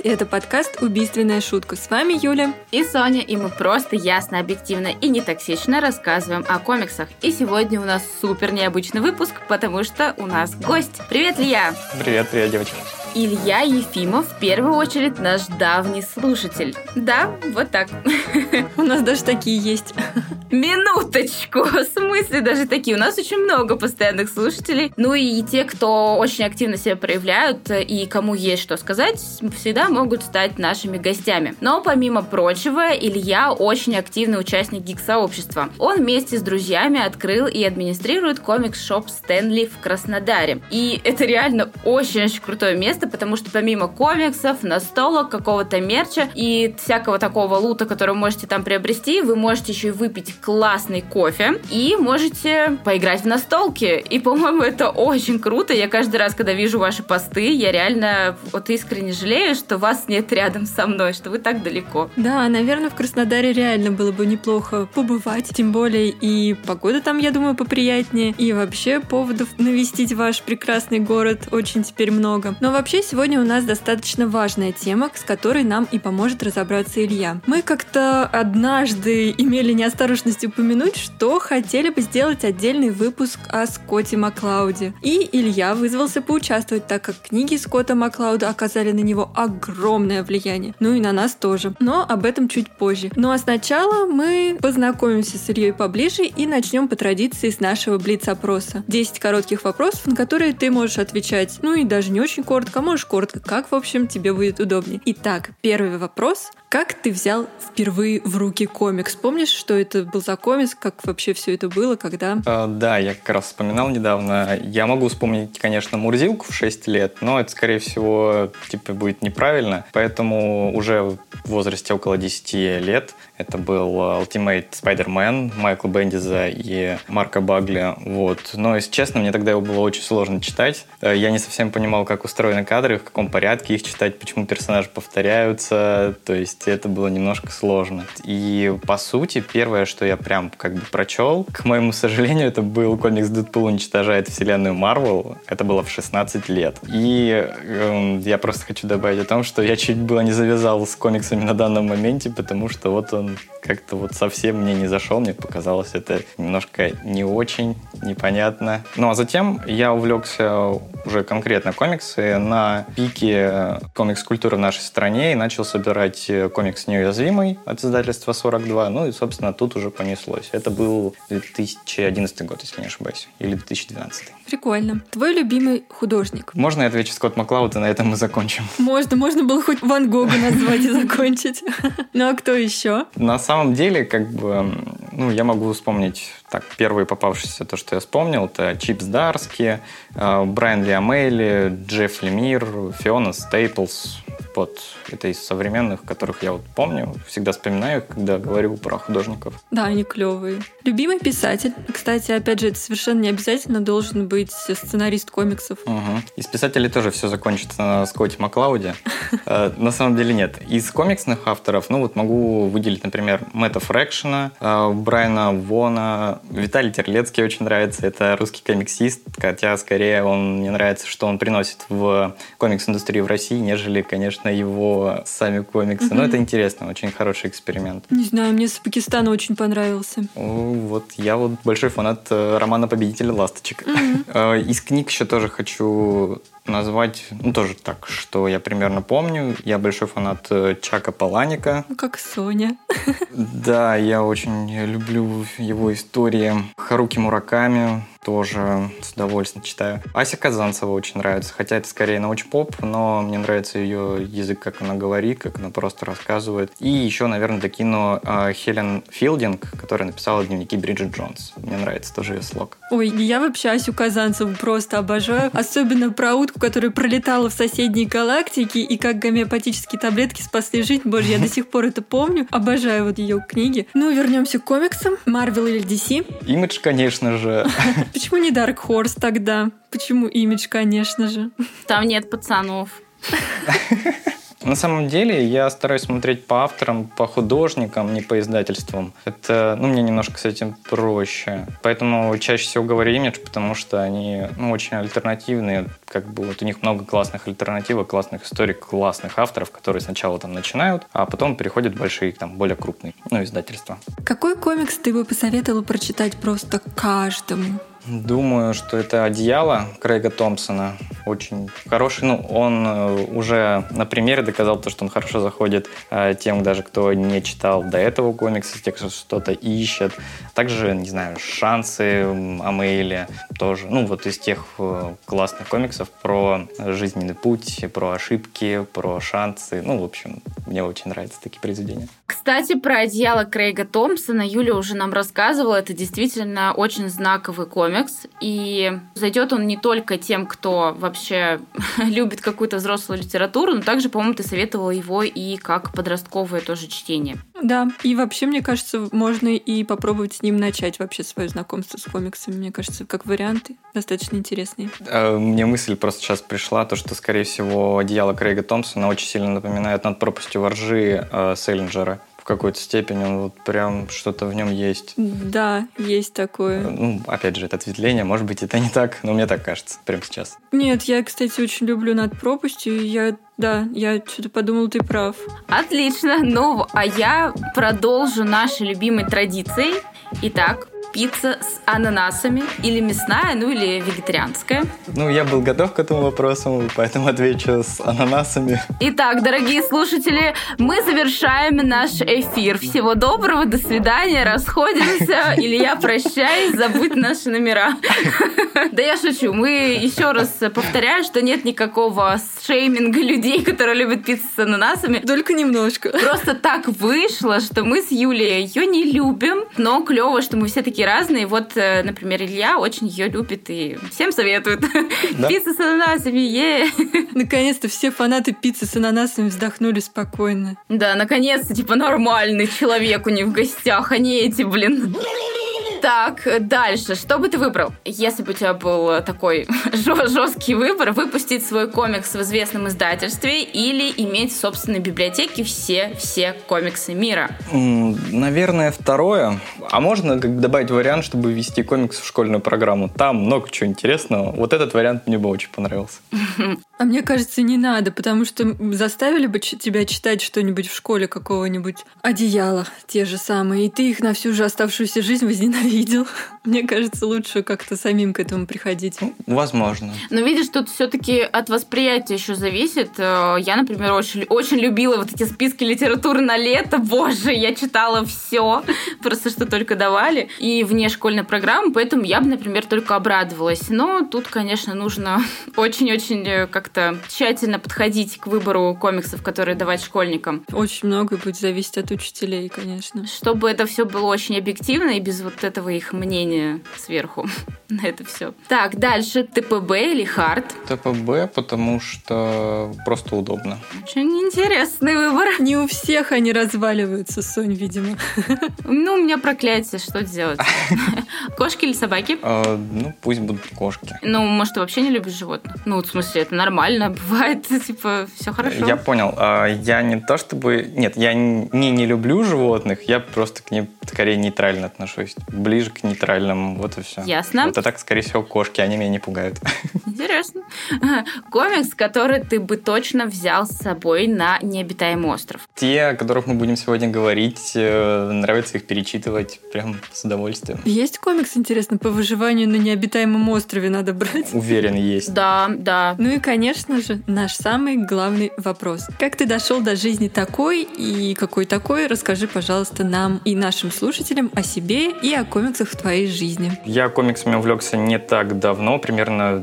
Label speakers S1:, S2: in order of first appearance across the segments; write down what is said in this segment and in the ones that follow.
S1: это подкаст «Убийственная шутка». С вами Юля
S2: и Соня, и мы просто ясно, объективно и не токсично рассказываем о комиксах. И сегодня у нас супер необычный выпуск, потому что у нас гость. Привет, Илья!
S3: Привет, девочки!
S2: Илья Ефимов, в первую очередь, наш давний слушатель. Да, вот так.
S1: У нас даже такие есть.
S2: Минуточку! В смысле даже такие? У нас очень много постоянных слушателей. Ну и те, кто очень активно себя проявляют и кому есть что сказать, всегда могут стать нашими гостями. Но помимо прочего, Илья очень активный участник гик-сообщества. Он вместе с друзьями открыл и администрирует комикс-шоп Стэнли в Краснодаре. И это реально очень-очень крутое место, потому что помимо комиксов, настолок, какого-то мерча и всякого такого лута, который вы можете там приобрести, вы можете еще и выпить классный кофе и можете поиграть в настолки. И, по-моему, это очень круто. Я каждый раз, когда вижу ваши посты, я реально вот искренне жалею, что вас нет рядом со мной, что вы так далеко.
S1: Да, наверное, в Краснодаре реально было бы неплохо побывать. Тем более и погода там, я думаю, поприятнее. И вообще поводов навестить ваш прекрасный город очень теперь много. Но вообще сегодня у нас достаточно важная тема, с которой нам и поможет разобраться Илья. Мы как-то однажды имели неосторожность упомянуть, что хотели бы сделать отдельный выпуск о Скотте Маклауде. И Илья вызвался поучаствовать, так как книги Скотта Маклауда оказали на него огромное влияние. Ну и на нас тоже. Но об этом чуть позже. Ну а сначала мы познакомимся с Ильей поближе и начнем по традиции с нашего блиц-опроса. 10 коротких вопросов, на которые ты можешь отвечать. Ну и даже не очень коротко, можешь коротко, как, в общем, тебе будет удобнее. Итак, первый вопрос. Как ты взял впервые в руки комикс? Помнишь, что это был за комикс? Как вообще все это было? Когда?
S3: Да, я как раз вспоминал недавно. Я могу вспомнить, конечно, Мурзилку в 6 лет, но это, скорее всего, будет неправильно. Поэтому уже в возрасте около 10 лет это был Ultimate Spider-Man Майкла Бендиза и Марка Багли. Вот. Но, если честно, мне тогда его было очень сложно читать. Я не совсем понимал, как устроены кадры, в каком порядке их читать, почему персонажи повторяются. То есть это было немножко сложно. И, по сути, первое, что я прям прочел, к моему сожалению, это был комикс «Дэдпул уничтожает вселенную Марвел». Это было в 16 лет. И я просто хочу добавить о том, что я чуть было не завязал с комиксами на данном моменте, потому что вот он как-то совсем мне не зашел. Мне показалось это немножко не очень, непонятно. Ну, а затем я увлекся уже конкретно комиксы на пике комикс-культуры в нашей стране и начал собирать комикс «Неуязвимый» от издательства 42. Ну и, собственно, тут уже понеслось. Это был 2011 год, если не ошибаюсь. Или 2012.
S1: Прикольно. Твой любимый художник?
S3: Можно я отвечу Скотт Маклауд, и на этом мы закончим?
S1: Можно было хоть Ван Гога назвать и закончить. Ну а кто еще?
S3: На самом деле, я могу вспомнить первые попавшиеся, то, что я вспомнил, это Чип Здарски, Брайан Ли Амели, Джефф Лемир, Фиона Стейплс. Вот. Это из современных, которых я помню, всегда вспоминаю, когда говорю про художников.
S1: Да, они клевые. Любимый писатель. Кстати, опять же, это совершенно не обязательно должен быть сценарист комиксов.
S3: Угу. Из писателей тоже все закончится на Скотте Маклауде. На самом деле нет. Из комиксных авторов, могу выделить, например, Мэтта Фрэкшена, Брайана Вона, Виталий Терлецкий очень нравится. Это русский комиксист, хотя скорее мне нравится, что он приносит в комикс-индустрию в России, нежели, конечно, его сами комиксы. Но это интересно, очень хороший эксперимент.
S1: Не знаю, мне с Пакистана очень понравился.
S3: Я большой фанат романа «Победитель ласточек». Из книг еще тоже хочу назвать, тоже так, что я примерно помню. Я большой фанат Чака Паланика.
S1: Как Соня.
S3: Да, я очень люблю его истории. Харуки Мураками тоже с удовольствием читаю. Ася Казанцева очень нравится, хотя это скорее научпоп, но мне нравится ее язык, как она говорит, как она просто рассказывает. И еще, наверное, докину Хелен Филдинг, которая написала дневники Бриджит Джонс. Мне нравится тоже ее слог.
S1: Ой, я вообще Асю Казанцеву просто обожаю. Особенно про утку, которая пролетала в соседней галактике, и как гомеопатические таблетки спасли жизнь. Боже, я до сих пор это помню. Обожаю ее книги. Ну, вернемся к комиксам. Marvel или DC?
S3: Image, конечно же.
S1: Почему не Dark Horse тогда? Почему Image, конечно же?
S2: Там нет пацанов.
S3: На самом деле я стараюсь смотреть по авторам, по художникам, не по издательствам. Это, мне немножко с этим проще. Поэтому чаще всего говорю Image, потому что они, очень альтернативные. Вот у них много классных альтернативок, классных историй, классных авторов, которые сначала там начинают, а потом переходят в большие, более крупные, издательства.
S1: Какой комикс ты бы посоветовала прочитать просто каждому?
S3: Думаю, что это «Одеяло» Крейга Томпсона. Очень хороший. Он уже на примере доказал то, что он хорошо заходит тем, даже кто не читал до этого комикса, те, кто что-то ищет. Также, не знаю, «Шансы» Амейле тоже. Из тех классных комиксов про жизненный путь, про ошибки, про шансы. В общем, мне очень нравятся такие произведения.
S2: Кстати, про «Одеяло» Крейга Томпсона Юля уже нам рассказывала. Это действительно очень знаковый комикс. И зайдет он не только тем, кто вообще любит какую-то взрослую литературу, но также, по-моему, ты советовала его и как подростковое тоже чтение.
S1: Да, и вообще, мне кажется, можно и попробовать с ним начать вообще свое знакомство с комиксами. Мне кажется, как варианты достаточно интересные.
S3: Мне мысль просто сейчас пришла, то, что, скорее всего, «Одеяло» Крейга Томпсона очень сильно напоминает «Над пропастью во ржи» Селлинджера. В какой-то степени он прям что-то в нем есть.
S1: Да, есть такое.
S3: Опять же, это ответвление, может быть, это не так, но мне так кажется прямо сейчас.
S1: Нет, я, кстати, очень люблю «Над пропастью», и я что-то подумала, ты прав.
S2: Отлично, а я продолжу нашей любимой традицией. Итак, пицца с ананасами или мясная, или вегетарианская?
S3: Я был готов к этому вопросу, поэтому отвечу с ананасами.
S2: Итак, дорогие слушатели, мы завершаем наш эфир. Всего доброго, до свидания, расходимся. Илья, прощай, забудь наши номера. Да я шучу. Мы еще раз повторяем, что нет никакого шейминга людей, которые любят пиццу с ананасами.
S1: Только немножко.
S2: Просто так вышло, что мы с Юлей ее не любим, но клево, что мы все такие разные. Например, Илья очень ее любит и всем советует. Да? Пицца с ананасами,
S1: Наконец-то все фанаты пиццы с ананасами вздохнули спокойно.
S2: Да, наконец-то, нормальный человек у них в гостях, а не эти, Так, дальше. Что бы ты выбрал, если бы у тебя был такой жесткий выбор, выпустить свой комикс в известном издательстве или иметь в собственной библиотеке все комиксы мира?
S3: Наверное, второе. А можно добавить вариант, чтобы ввести комикс в школьную программу? Там много чего интересного. Этот вариант мне бы очень понравился.
S1: А мне кажется, не надо, потому что заставили бы тебя читать что-нибудь в школе, какого-нибудь «Одеяла», те же самые, и ты их на всю же оставшуюся жизнь возненавидел. Мне кажется, лучше как-то самим к этому приходить.
S3: Возможно.
S2: Но видишь, тут все-таки от восприятия еще зависит. Я, например, очень любила эти списки литературы на лето. Боже, я читала все, просто что только давали. И вне школьной программы, поэтому я бы, например, только обрадовалась. Но тут, конечно, нужно очень-очень как-то тщательно подходить к выбору комиксов, которые давать школьникам.
S1: Очень многое будет зависеть от учителей, конечно.
S2: Чтобы это все было очень объективно и без этого их мнения сверху на это все. Так, дальше ТПБ или хард?
S3: ТПБ, потому что просто удобно.
S2: Очень интересный выбор.
S1: Не у всех они разваливаются, Сонь, видимо.
S2: У меня проклятие, что делать? Кошки или собаки?
S3: Пусть будут кошки.
S2: Может, ты вообще не любишь животных? В смысле, это нормально, бывает, все хорошо.
S3: Я понял. Я не то чтобы... Нет, я не люблю животных, я просто к ним скорее нейтрально отношусь. Ближе к нейтральному, вот и все.
S2: Ясно.
S3: А так, скорее всего, кошки, они меня не пугают.
S2: Интересно. Комикс, который ты бы точно взял с собой на необитаемый остров.
S3: Те, о которых мы будем сегодня говорить, нравится их перечитывать прям с удовольствием.
S1: Есть комикс, интересно, по выживанию на необитаемом острове надо брать?
S3: Уверен, есть.
S2: Да.
S1: И, конечно же, наш самый главный вопрос. Как ты дошел до жизни такой и какой такой? Расскажи, пожалуйста, нам и нашим слушателям о себе и о комиксах в твоей жизни.
S3: Я комиксами увлекся не так давно, примерно в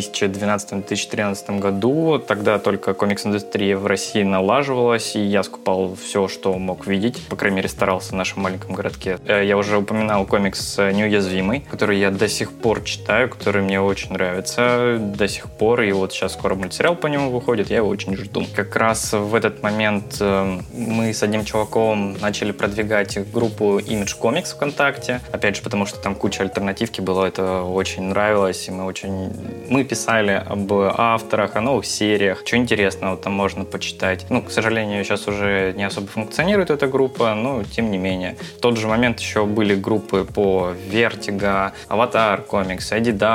S3: 2012-2013 году. Тогда только комикс-индустрия в России налаживалась, и я скупал все, что мог видеть. По крайней мере, старался в нашем маленьком городке. Я уже упоминал комикс «Неуязвимый», который я до сих пор читаю, который мне очень нравится до сих пор. И сейчас скоро мультсериал по нему выходит, я его очень жду. Как раз в этот момент мы с одним чуваком начали продвигать группу Image Comics ВКонтакте. Опять же, потому что там куча альтернативки было, это очень нравилось, и мы писали об авторах, о новых сериях, что интересного там можно почитать. сайте. К сожалению, сейчас уже не особо функционирует эта группа, но тем не менее. В тот же момент еще были группы по Vertigo, Avatar Comics,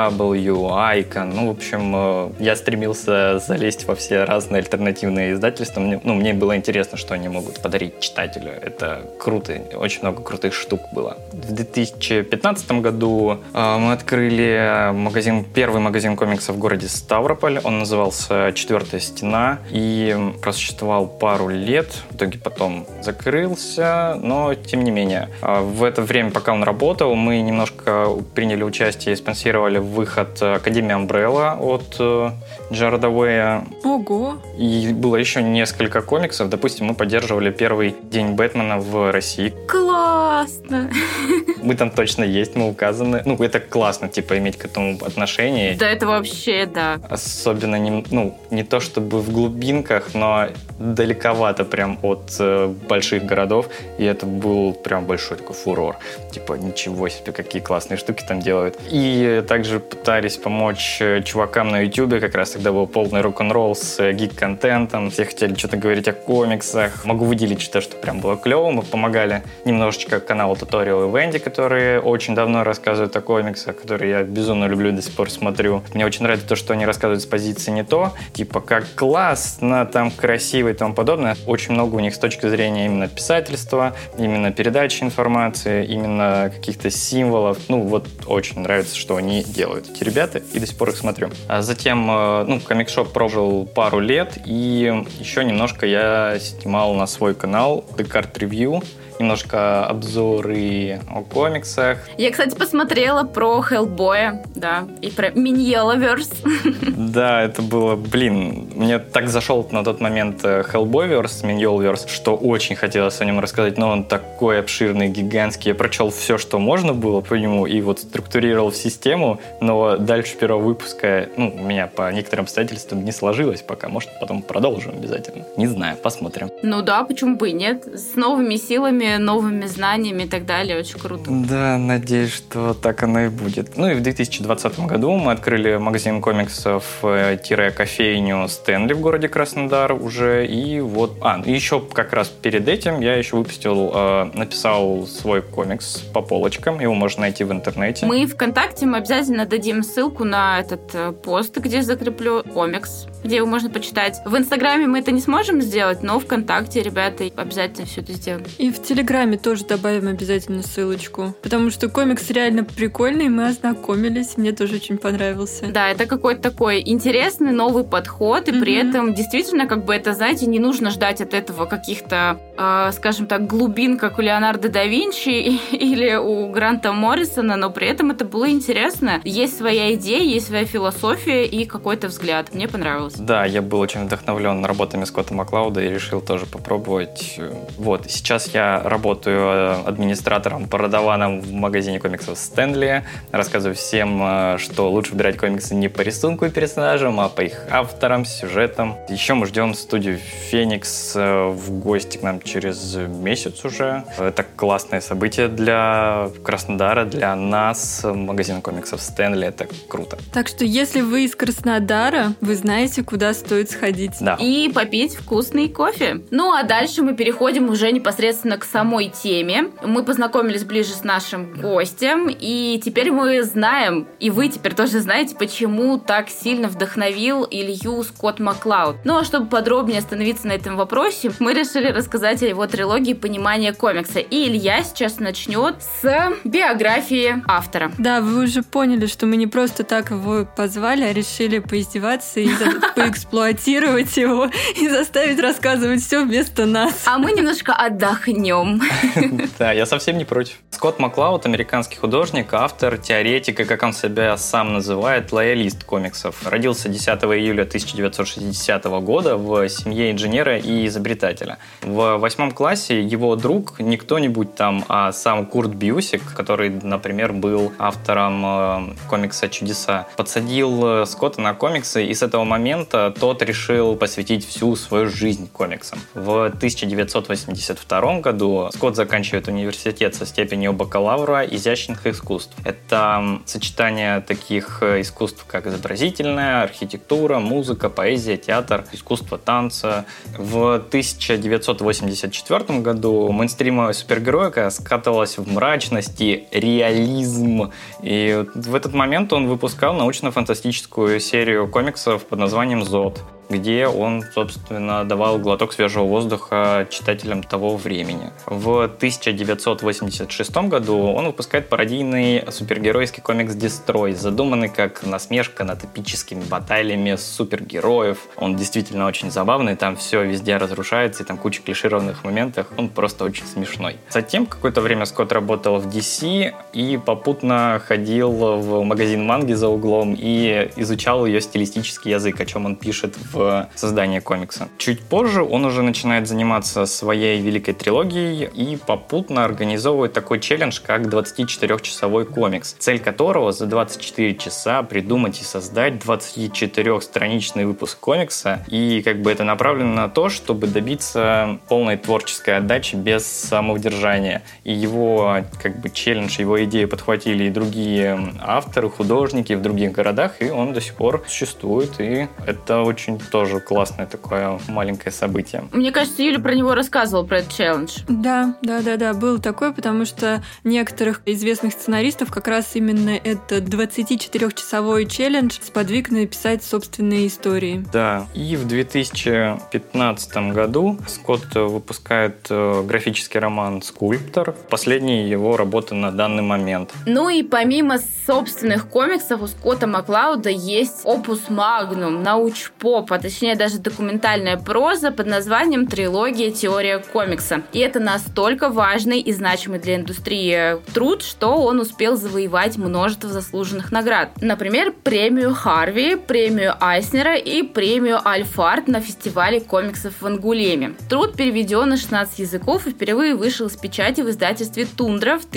S3: IDW, Icon. В общем, я стремился залезть во все разные альтернативные издательства. Мне было интересно, что они могут подарить читателю. Это круто, очень много крутых штук было. В 2015 году мы открыли первый магазин комиксов в городе Ставрополь. Он назывался «Четвертая стена» и просуществовал пару лет. В итоге потом закрылся, но тем не менее. В это время, пока он работал, мы немножко приняли участие и спонсировали выход Академии Umbrella от Джареда Уэя.
S1: Ого!
S3: И было еще несколько комиксов. Допустим, мы поддерживали первый день Бэтмена в России.
S2: Классно!
S3: Мы там точно есть, мы указаны. Это классно, иметь к этому отношение.
S2: Да, это вообще, да.
S3: Особенно не то чтобы в глубинках, но далековато прям от больших городов. И это был прям большой такой фурор. Ничего себе, какие классные штуки там делают. И также пытались помочь чувакам на YouTube. Как раз тогда был полный рок-н-ролл с гик-контентом. Все хотели что-то говорить о комиксах. Могу выделить что прям было клево. Мы помогали немножечко каналу Tutorial и Венди, которые очень давно рассказывают о комиксах, которые я безумно люблю и до сих пор смотрю. Мне очень нравится то, что они рассказывают с позиции не то, как классно, там красиво и тому подобное. Очень много у них с точки зрения именно писательства, именно передачи информации, именно каких-то символов. Очень нравится, что они делают, эти ребята, и до сих пор их смотрю. А затем, комикс-шоп прожил пару лет, и еще немножко я снимал на свой канал Descartes Review, немножко обзоры о комиксах.
S2: Я, кстати, посмотрела про Хеллбоя, да, и про Миньолаверс.
S3: Да, это было, мне так зашел на тот момент Hellboyverse, Миньолаверс, что очень хотелось о нем рассказать, но он такой обширный, гигантский. Я прочел все, что можно было по нему, и структурировал в систему, но дальше первого выпуска, у меня по некоторым обстоятельствам не сложилось пока. Может, потом продолжим обязательно. Не знаю, посмотрим.
S2: Да, почему бы и нет. С новыми силами, новыми знаниями и так далее. Очень круто.
S3: Да, надеюсь, что так оно и будет. И в 2020 году мы открыли магазин комиксов-кофейню Стэнли в городе Краснодар уже. И еще как раз перед этим я еще написал свой комикс по полочкам. Его можно найти в интернете.
S2: Мы ВКонтакте обязательно дадим ссылку на этот пост, где закреплю комикс, где его можно почитать. В Инстаграме мы это не сможем сделать, но ВКонтакте, ребята, обязательно все это сделаем.
S1: И в Телеграме тоже добавим обязательно ссылочку, потому что комикс реально прикольный, мы ознакомились, мне тоже очень понравился.
S2: Да, это какой-то такой интересный новый подход, и при этом действительно, это, знаете, не нужно ждать от этого каких-то, скажем так, глубин, как у Леонардо да Винчи или у Гранта Моррисона, но при этом это было интересно. Есть своя идея, есть своя философия и какой-то взгляд. Мне понравилось.
S3: Да, я был очень вдохновлен работами Скотта Маклауда и решил тоже попробовать. Сейчас я работаю администратором-продаваном в магазине комиксов Стэнли. Рассказываю всем, что лучше выбирать комиксы не по рисунку и персонажам, а по их авторам, сюжетам. Еще мы ждем студию Феникс в гости к нам через месяц уже. Это классное событие для Краснодара, для нас. Магазин комиксов Стэнли. Это круто.
S1: Так что, если вы из Краснодара, вы знаете, куда стоит сходить.
S3: Да.
S2: И попить вкусный кофе. А дальше мы переходим уже непосредственно к самой теме. Мы познакомились ближе с нашим гостем, и теперь мы знаем, и вы теперь тоже знаете, почему так сильно вдохновил Илью Скотт Маклауд. А чтобы подробнее остановиться на этом вопросе, мы решили рассказать о его трилогии понимания комикса. И Илья сейчас начнет с биографии автора.
S1: Да, вы уже поняли, что мы не просто так его позвали, а решили поиздеваться и поэксплуатировать его и заставить рассказывать все вместо нас.
S2: А мы немножко отдохнем.
S3: Да, я совсем не против. Скотт Маклауд — американский художник, автор, теоретик и, как он себя сам называет, лоялист комиксов. Родился 10 июля 1960 года в семье инженера и изобретателя. В 8 классе его друг не кто-нибудь там, а сам Курт Бьюсик, который, например, был автором комикса «Чудеса», подсадил Скотта на комиксы, и с этого момента тот решил посвятить всю свою жизнь комиксам. В 1982 году Скотт заканчивает университет со степенью бакалавра изящных искусств. Это сочетание таких искусств, как изобразительная, архитектура, музыка, поэзия, театр, искусство танца. В 1984 году мейнстримовая супергероика скатывалась в мрачность и реализм. И в этот момент он выпускал научно-фантастическую серию комиксов под названием «Зод», где он, собственно, давал глоток свежего воздуха читателям того времени. В 1986 году он выпускает пародийный супергеройский комикс «Дестрой», задуманный как насмешка над эпическими баталиями супергероев. Он действительно очень забавный, там все везде разрушается, и там куча клишированных моментов, он просто очень смешной. Затем какое-то время Скотт работал в DC и попутно ходил в магазин манги за углом и изучал ее стилистический язык, о чем он пишет в создание комикса. Чуть позже он уже начинает заниматься своей великой трилогией и попутно организовывает такой челлендж, как 24-часовой комикс, цель которого за 24 часа придумать и создать 24-страничный выпуск комикса, и это направлено на то, чтобы добиться полной творческой отдачи без самоудержания. И его челлендж, его идею подхватили и другие авторы, художники в других городах, и он до сих пор существует, и это очень тоже классное такое маленькое событие.
S2: Мне кажется, Юля про него рассказывала, про этот челлендж.
S1: Да, было такое, потому что некоторых известных сценаристов как раз именно этот 24-часовой челлендж сподвиг написать собственные истории.
S3: Да, и в 2015 году Скотт выпускает графический роман «Скульптор», последняя его работа на данный момент.
S2: Ну и помимо собственных комиксов у Скотта Маклауда есть опус магнум, научпоп, а точнее даже документальная проза под названием «Трилогия. Теория комикса». И это настолько важный и значимый для индустрии труд, что он успел завоевать множество заслуженных наград. Например, премию Харви, премию Айснера и премию Альфард на фестивале комиксов в Ангулеме. Труд переведен на 16 языков и впервые вышел из печати в издательстве «Тундра» в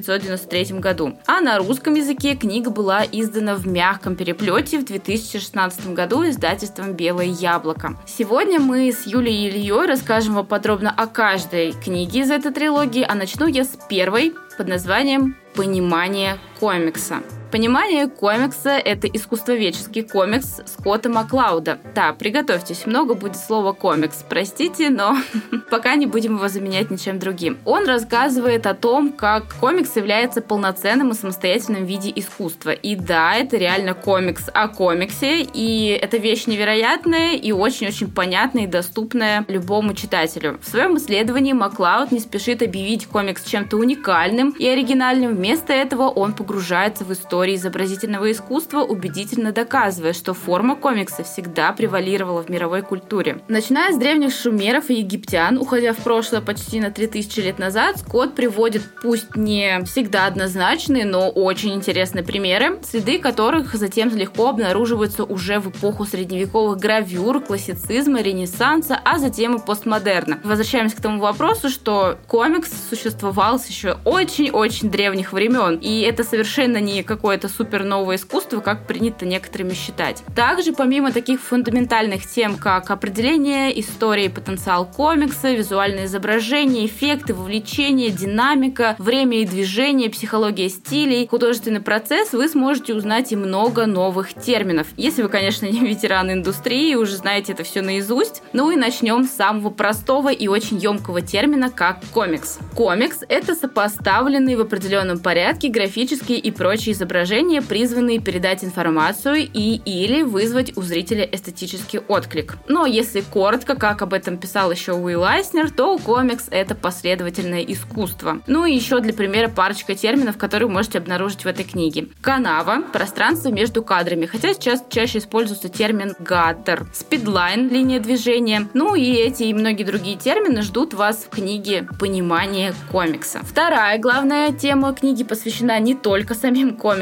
S2: 1993 году. А на русском языке книга была издана в мягком переплете в 2016 году издательством «Белое яблоко». Сегодня мы с Юлей и Ильей расскажем вам подробно о каждой книге из этой трилогии, а начну я с первой под названием «Понимание комикса». «Понимание комикса» — это искусствоведческий комикс Скотта Маклауда. Да, приготовьтесь, много будет слова «комикс». Простите, но пока не будем его заменять ничем другим. Он рассказывает о том, как комикс является полноценным и самостоятельным виде искусства. И да, это реально комикс о комиксе, и это вещь невероятная и очень-очень понятная и доступная любому читателю. В своем исследовании Маклауд не спешит объявить комикс чем-то уникальным и оригинальным. Вместо этого он погружается в историю изобразительного искусства, убедительно доказывая, что форма комикса всегда превалировала в мировой культуре. Начиная с древних шумеров и египтян, уходя в прошлое почти на 3000 лет назад, Скотт приводит пусть не всегда однозначные, но очень интересные примеры, следы которых затем легко обнаруживаются уже в эпоху средневековых гравюр, классицизма, ренессанса, а затем и постмодерна. Возвращаемся к тому вопросу, что комикс существовал с еще очень-очень древних времен, и это совершенно не какое-то супер новое искусство, как принято некоторыми считать. Также, помимо таких фундаментальных тем, как определение, история и потенциал комикса, визуальное изображение, эффекты, вовлечение, динамика, время и движение, психология стилей, художественный процесс, вы сможете узнать и много новых терминов. Если вы, конечно, не ветеран индустрии и уже знаете это все наизусть. Ну и начнем с самого простого и очень емкого термина, как комикс. Комикс — это сопоставленные в определенном порядке графические и прочие изображения, призванные передать информацию и или вызвать у зрителя эстетический отклик. Но если коротко, как об этом писал еще Уилл Айснер, то комикс — это последовательное искусство. Ну и еще для примера парочка терминов, которые вы можете обнаружить в этой книге. Канава — пространство между кадрами, хотя сейчас чаще используется термин гаттер. Спидлайн — линия движения. Ну и эти и многие другие термины ждут вас в книге «Понимание комикса». Вторая главная тема книги посвящена не только самим комиксам,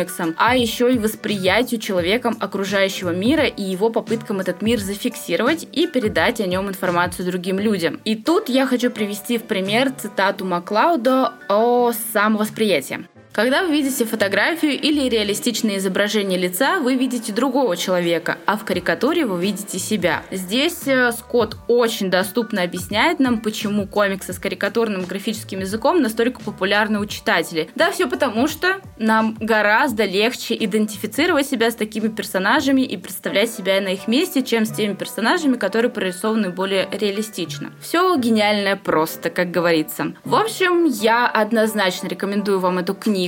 S2: комиксам, а еще и восприятию человеком окружающего мира и его попыткам этот мир зафиксировать и передать о нем информацию другим людям. И тут я хочу привести в пример цитату Маклауда о самовосприятии. Когда вы видите фотографию или реалистичное изображение лица, вы видите другого человека, а в карикатуре вы видите себя. Здесь Скотт очень доступно объясняет нам, почему комиксы с карикатурным графическим языком настолько популярны у читателей. Да, все потому, что нам гораздо легче идентифицировать себя с такими персонажами и представлять себя на их месте, чем с теми персонажами, которые прорисованы более реалистично. Все гениальное просто, как говорится. В общем, я однозначно рекомендую вам эту книгу.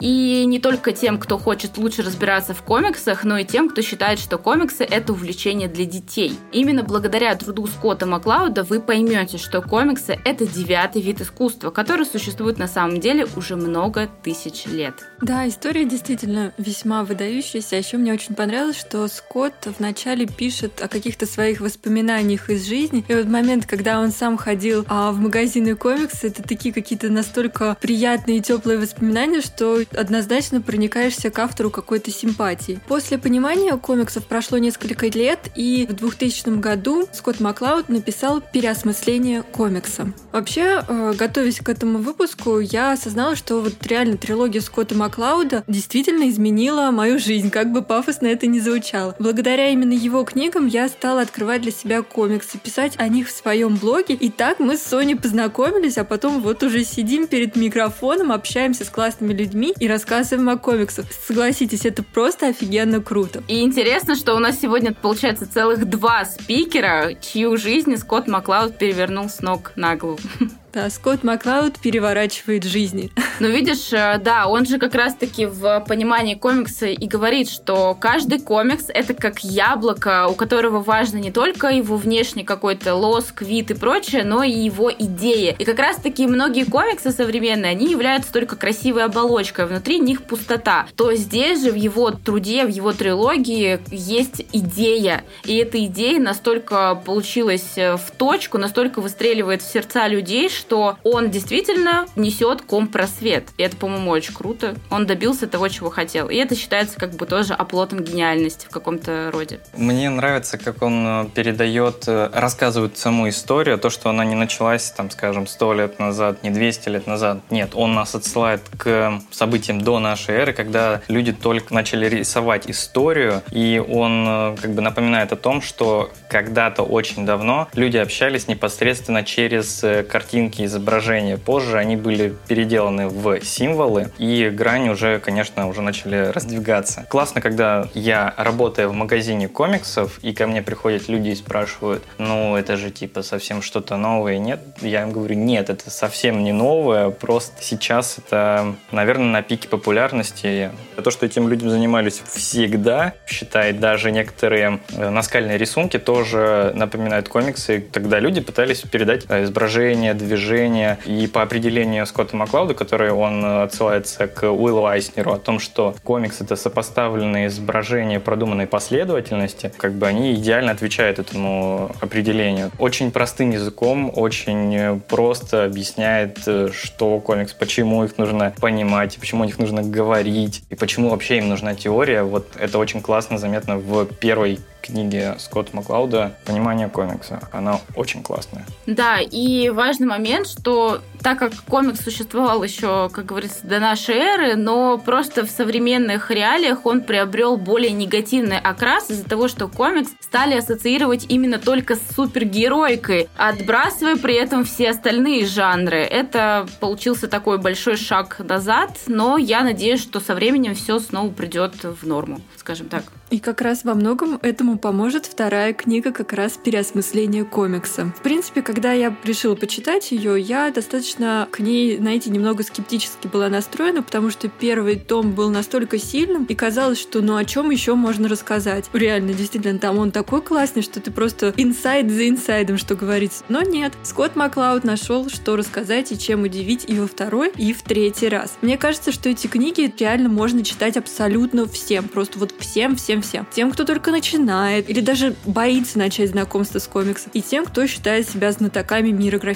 S2: И не только тем, кто хочет лучше разбираться в комиксах, но и тем, кто считает, что комиксы — это увлечение для детей. Именно благодаря труду Скотта Маклауда вы поймете, что комиксы — это 9-й вид искусства, который существует на самом деле уже много тысяч лет.
S1: Да, история действительно весьма выдающаяся. А еще мне очень понравилось, что Скотт вначале пишет о каких-то своих воспоминаниях из жизни. И вот момент, когда он сам ходил в магазины комиксы, это такие какие-то настолько приятные и теплые воспоминания, что однозначно проникаешься к автору какой-то симпатией. После понимания комиксов прошло несколько лет, и в 2000 году Скотт Маклауд написал «Переосмысление комикса». Вообще, готовясь к этому выпуску, я осознала, что вот реально трилогия Скотта Маклауда действительно изменила мою жизнь, как бы пафосно это ни звучало. Благодаря именно его книгам я стала открывать для себя комиксы, писать о них в своем блоге, и так мы с Соней познакомились, а потом вот уже сидим перед микрофоном, общаемся с классными людьми и рассказываем о комиксах. Согласитесь, это просто офигенно круто.
S2: И интересно, что у нас сегодня получается целых 2 спикера, чью жизнь Скотт Маклауд перевернул с ног на голову.
S1: Да, Скотт Маклауд переворачивает жизни.
S2: Ну, видишь, да, он же как раз-таки в понимании комикса и говорит, что каждый комикс — это как яблоко, у которого важно не только его внешний какой-то лоск, вид и прочее, но и его идея. И как раз-таки многие комиксы современные, они являются только красивой оболочкой, внутри них пустота. То здесь же в его труде, в его трилогии есть идея. И эта идея настолько получилась в точку, настолько выстреливает в сердца людей, что он действительно несет компросвет. И это, по-моему, очень круто. Он добился того, чего хотел. И это считается как бы тоже оплотом гениальности в каком-то роде.
S3: Мне нравится, как он передает, рассказывает саму историю, то, что она не началась, там, скажем, 100 лет назад, не 200 лет назад. Нет, он нас отсылает к событиям до нашей эры, когда люди только начали рисовать историю, и он как бы напоминает о том, что когда-то очень давно люди общались непосредственно через картинки, изображения. Позже они были переделаны в символы, и грани уже, конечно, уже начали раздвигаться. Классно, когда я, работая в магазине комиксов, и ко мне приходят люди и спрашивают, ну, это же типа совсем что-то новое. Нет, я им говорю, нет, это совсем не новое, просто сейчас это, наверное, на пике популярности. То, что этим людям занимались всегда, считает даже некоторые наскальные рисунки, тоже напоминают комиксы, когда люди пытались передать изображение, движение, и по определению Скотта Маклауда, который он отсылается к Уиллу Айснеру, о том, что комикс — это сопоставленные изображения продуманной последовательности, как бы они идеально отвечают этому определению. Очень простым языком, очень просто объясняет, что комикс, почему их нужно понимать, почему о них нужно говорить, и почему вообще им нужна теория. Вот это очень классно заметно в первой книге Скотта Маклауда «Понимание комикса». Она очень классная.
S2: Да, и важный момент, что так как комикс существовал еще, как говорится, до нашей эры, но просто в современных реалиях он приобрел более негативный окрас из-за того, что комикс стали ассоциировать именно только с супергеройкой, отбрасывая при этом все остальные жанры. Это получился такой большой шаг назад, но я надеюсь, что со временем все снова придет в норму, скажем так.
S1: И как раз во многом этому поможет вторая книга, как раз «Переосмысление комикса». В принципе, когда я решила почитать ее, я достаточно к ней, знаете, немного скептически была настроена, потому что первый том был настолько сильным, и казалось, что ну о чем еще можно рассказать. Реально, действительно, там он такой классный, что ты просто инсайд за инсайдом, что говорится. Но нет, Скотт Маклауд нашел, что рассказать и чем удивить и во второй, и в третий раз. Мне кажется, что эти книги реально можно читать абсолютно всем, просто вот всем. Тем, кто только начинает или даже боится начать знакомство с комиксом, и тем, кто считает себя знатоками мира графических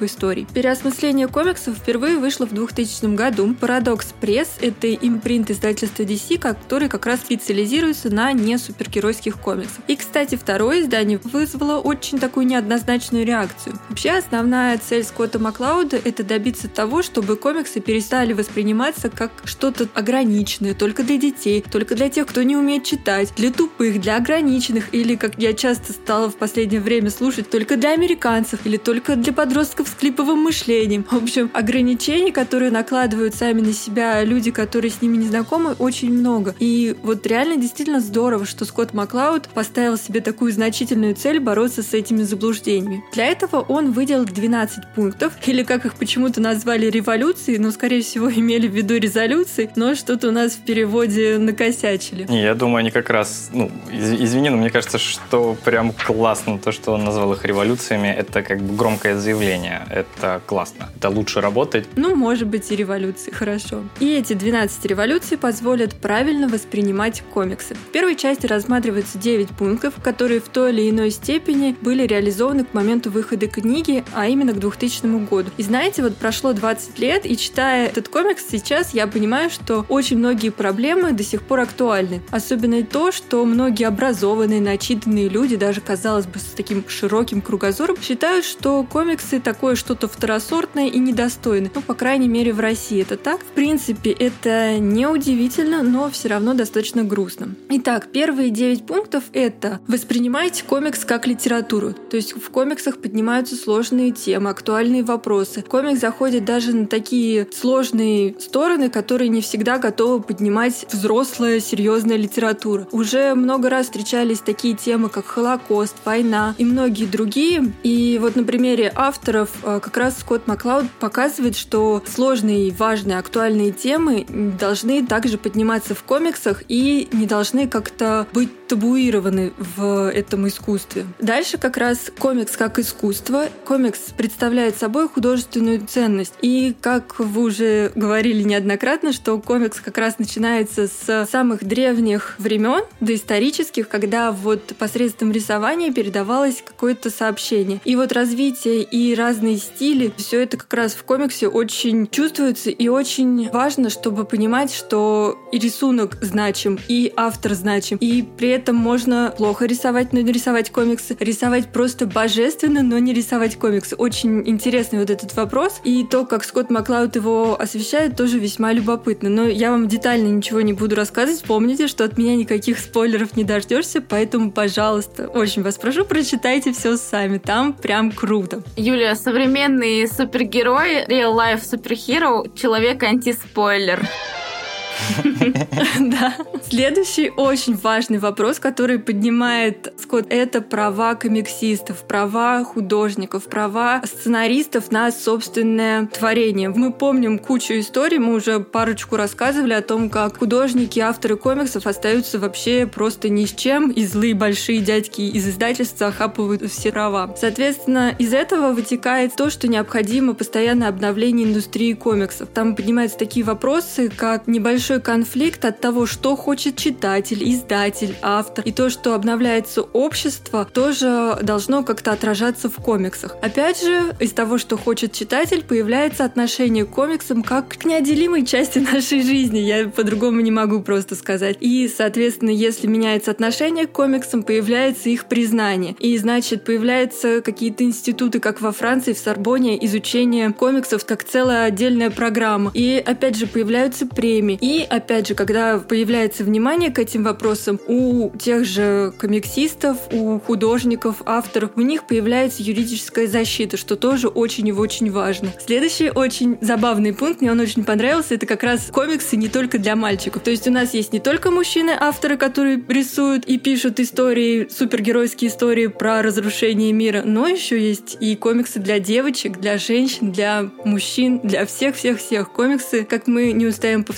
S1: этих историй. Переосмысление комиксов впервые вышло в 2000 году. Paradox Press — это импринт издательства DC, который как раз специализируется на несупергеройских комиксах. И, кстати, второе издание вызвало очень такую неоднозначную реакцию. Вообще, основная цель Скотта Маклауда — это добиться того, чтобы комиксы перестали восприниматься как что-то ограниченное, только для детей, только для тех, кто не умеет читать, для тупых, для ограниченных, или, как я часто стала в последнее время слушать, только для американцев, или только для подростков с клиповым мышлением. В общем, ограничений, которые накладывают сами на себя люди, которые с ними не знакомы, очень много. И вот реально действительно здорово, что Скотт Маклауд поставил себе такую значительную цель бороться с этими заблуждениями. Для этого он выделил 12 пунктов, или как их почему-то назвали революции, но, скорее всего, имели в виду резолюции, но что-то у нас в переводе накосячили.
S3: Я думаю, они как раз, извини, но мне кажется, что прям классно то, что он назвал их революциями, это как бы громкое заявление, это классно, это лучше работать.
S1: Может быть и революции, хорошо. И эти 12 революций позволят правильно воспринимать комиксы. В первой части рассматривается 9 пунктов, которые в той или иной степени были реализованы к моменту выхода книги, а именно к 2000 году. И знаете, вот прошло 20 лет, и читая этот комикс сейчас, я понимаю, что очень многие проблемы до сих пор актуальны. Особенно то, что многие образованные, начитанные люди, даже, казалось бы, с таким широким кругозором, считают, что комиксы такое что-то второсортное и недостойное. По крайней мере, в России это так. В принципе, это неудивительно, но все равно достаточно грустно. Итак, первые 9 пунктов — это воспринимайте комикс как литературу. То есть в комиксах поднимаются сложные темы, актуальные вопросы. Комикс заходит даже на такие сложные стороны, которые не всегда готовы поднимать взрослая, серьезная литература. Уже много раз встречались такие темы, как Холокост, война и многие другие. И вот на примере авторов как раз Скотт Маклауд показывает, что сложные, важные, актуальные темы должны также подниматься в комиксах и не должны как-то быть табуированы в этом искусстве. Дальше как раз комикс как искусство. Комикс представляет собой художественную ценность. И как вы уже говорили неоднократно, что комикс как раз начинается с самых древних времен, доисторических, когда вот посредством рисования передавалось какое-то сообщение. И вот развитие и разные стили, все это как раз в комиксе очень чувствуется, и очень важно, чтобы понимать, что и рисунок значим, и автор значим, и при этом можно плохо рисовать, но не рисовать комиксы, рисовать просто божественно, но не рисовать комиксы. Очень интересный вот этот вопрос, и то, как Скотт Маклауд его освещает, тоже весьма любопытно. Но я вам детально ничего не буду рассказывать. Помните, что от меня никаких спойлеров не дождешься, поэтому, пожалуйста, очень вас прошу, прочитайте все сами. Там прям круто.
S2: Юлия, современный супергерой, real life superhero, человек-антиспойлер.
S1: Да. Следующий очень важный вопрос, который поднимает Скотт, это права комиксистов, права художников, права сценаристов на собственное творение. Мы помним кучу историй, мы уже парочку рассказывали о том, как художники, авторы комиксов остаются вообще просто ни с чем, и злые большие дядьки из издательства охапывают все права. Соответственно, из этого вытекает то, что необходимо постоянное обновление индустрии комиксов. Там поднимаются такие вопросы, как небольшой конфликт от того, что хочет читатель, издатель, автор. И то, что обновляется общество, тоже должно как-то отражаться в комиксах. Опять же, из того, что хочет читатель, появляется отношение к комиксам как к неотделимой части нашей жизни. Я по-другому не могу просто сказать. И, соответственно, если меняется отношение к комиксам, появляется их признание. И, значит, появляются какие-то институты, как во Франции, в Сорбонне, изучение комиксов как целая отдельная программа. И, опять же, появляются премии. И, опять же, когда появляется внимание к этим вопросам, у тех же комиксистов, у художников, авторов, у них появляется юридическая защита, что тоже очень и очень важно. Следующий очень забавный пункт, мне он очень понравился, это как раз комиксы не только для мальчиков. То есть у нас есть не только мужчины-авторы, которые рисуют и пишут истории, супергеройские истории про разрушение мира, но еще есть и комиксы для девочек, для женщин, для мужчин, для всех-всех-всех. Комиксы, как мы не устаем повторять,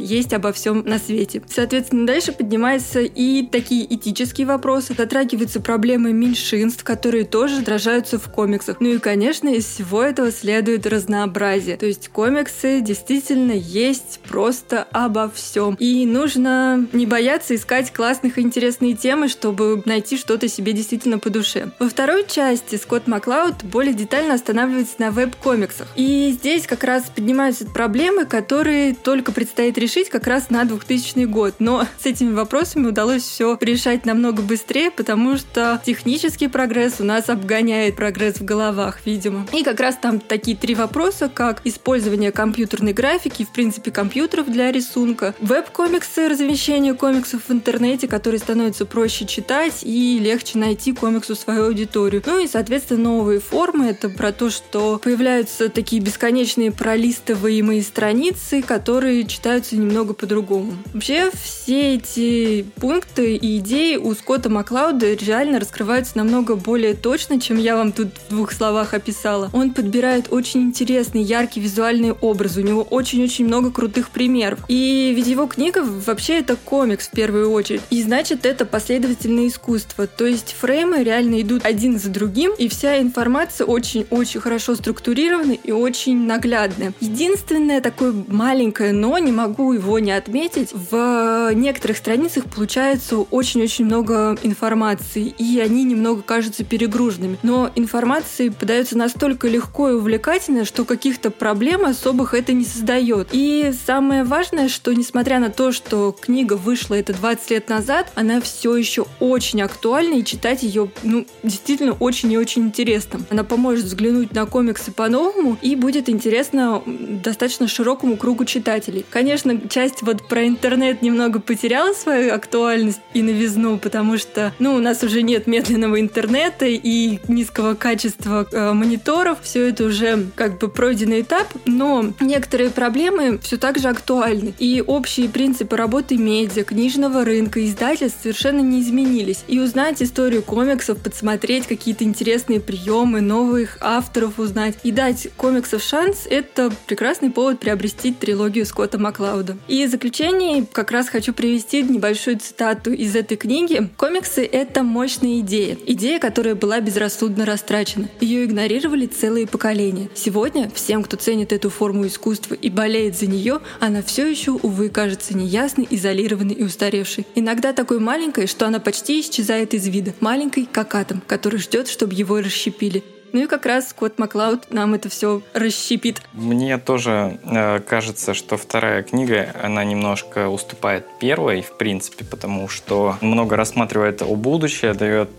S1: есть обо всем на свете. Соответственно, дальше поднимаются и такие этические вопросы, затрагиваются проблемы меньшинств, которые тоже отражаются в комиксах. Ну и, конечно, из всего этого следует разнообразие. То есть комиксы действительно есть просто обо всем. И нужно не бояться искать классных и интересные темы, чтобы найти что-то себе действительно по душе. Во второй части Скотт Маклауд более детально останавливается на веб-комиксах. И здесь как раз поднимаются проблемы, которые только предстоит решить как раз на 2000 год. Но с этими вопросами удалось все решать намного быстрее, потому что технический прогресс у нас обгоняет прогресс в головах, видимо. И как раз там такие 3 вопроса, как использование компьютерной графики, в принципе, компьютеров для рисунка, веб-комиксы, размещение комиксов в интернете, которые становятся проще читать и легче найти комиксу свою аудиторию. Ну и, соответственно, новые формы. Это про то, что появляются такие бесконечные пролистываемые страницы, которые читаются немного по-другому. Вообще, все эти пункты и идеи у Скотта Маклауда реально раскрываются намного более точно, чем я вам тут в 2 словах описала. Он подбирает очень интересные, яркие визуальные образы. У него очень-очень много крутых примеров. И ведь его книга вообще это комикс в первую очередь. И значит, это последовательное искусство. То есть фреймы реально идут один за другим, и вся информация очень-очень хорошо структурирована и очень наглядная. Единственное такое маленькое «но», не могу его не отметить, в некоторых страницах получается очень-очень много информации, и они немного кажутся перегруженными. Но информации подается настолько легко и увлекательно, что каких-то проблем особых это не создает. И самое важное, что несмотря на то, что книга вышла это 20 лет назад, она все еще очень актуальна, и читать ее, действительно очень и очень интересно. Она поможет взглянуть на комиксы по-новому и будет интересно достаточно широкому кругу читателей. Конечно, часть про интернет немного потеряла свою актуальность и новизну, потому что, у нас уже нет медленного интернета и низкого качества мониторов. Все это уже пройденный этап, но некоторые проблемы все так же актуальны. И общие принципы работы медиа, книжного рынка, издательств совершенно не изменились. И узнать историю комиксов, подсмотреть какие-то интересные приемы, новых авторов узнать и дать комиксам шанс — это прекрасный повод приобрести трилогию Скотта Маклауда. И в заключение как раз хочу привести небольшую цитату из этой книги. «Комиксы — это мощная идея. Идея, которая была безрассудно растрачена. Ее игнорировали целые поколения. Сегодня всем, кто ценит эту форму искусства и болеет за нее, она все еще, увы, кажется неясной, изолированной и устаревшей. Иногда такой маленькой, что она почти исчезает из вида. Маленькой, как атом, который ждет, чтобы его расщепили». Ну и как раз Скотт Маклауд нам это все расщепит.
S3: Мне тоже кажется, что вторая книга, она немножко уступает первой, в принципе, потому что много рассматривает о будущем, дает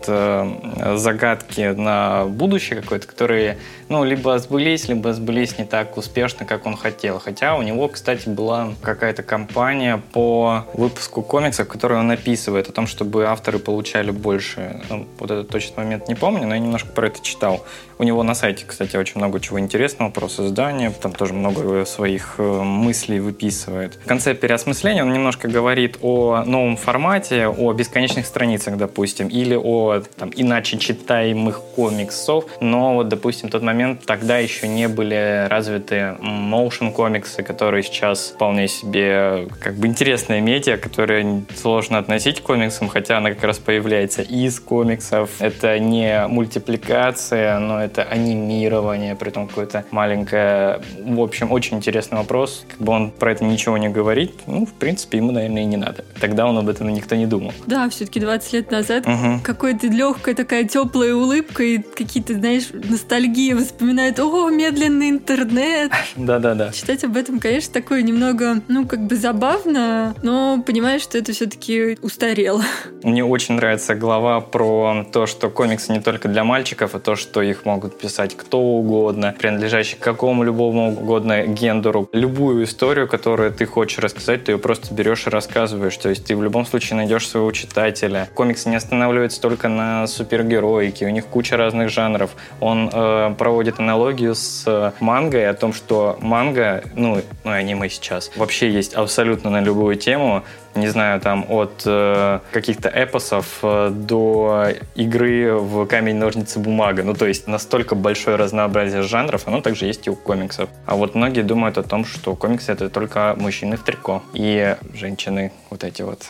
S3: загадки на будущее какое-то, которые, либо сбылись не так успешно, как он хотел. Хотя у него, кстати, была какая-то кампания по выпуску комиксов, которую он описывает, о том, чтобы авторы получали больше. Вот этот точный момент не помню, но я немножко про это читал. У него на сайте, кстати, очень много чего интересного про создание, там тоже много своих мыслей выписывает. В конце переосмысления он немножко говорит о новом формате, о бесконечных страницах, допустим, или о иначе читаемых комиксов, но, допустим, в тот момент тогда еще не были развиты motion комиксы, которые сейчас вполне себе интересная медиа, которая сложно относить к комиксам, хотя она как раз появляется из комиксов. Это не мультипликация, но это анимирование, при том какое-то маленькое. В общем, очень интересный вопрос. Он про это ничего не говорит. В принципе, ему, наверное, и не надо. Тогда он об этом никто не думал.
S1: Да, все-таки 20 лет назад какая-то легкая такая теплая улыбка и какие-то, ностальгии воспоминают. О, медленный интернет.
S3: Да-да-да.
S1: Читать об этом, конечно, такое немного, забавно, но понимаешь, что это все-таки устарело.
S3: Мне очень нравится глава про то, что комиксы не только для мальчиков, а то, что их могут писать кто угодно, принадлежащий к какому любому угодно гендеру. Любую историю, которую ты хочешь рассказать, ты ее просто берешь и рассказываешь. То есть ты в любом случае найдешь своего читателя. Комиксы не останавливаются только на супергероике, у них куча разных жанров. Он проводит аналогию с мангой, о том, что манга, аниме сейчас, вообще есть абсолютно на любую тему. не знаю, там от каких-то эпосов до игры в камень, ножницы, бумага. Ну, то есть настолько большое разнообразие жанров, оно также есть и у комиксов. А вот многие думают о том, что комиксы — это только мужчины в трико и женщины вот эти вот.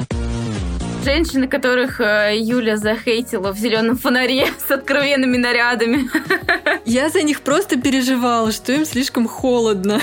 S2: Женщины, которых Юля захейтила в «Зеленом фонаре» с откровенными нарядами.
S1: Я за них просто переживала, что им слишком холодно.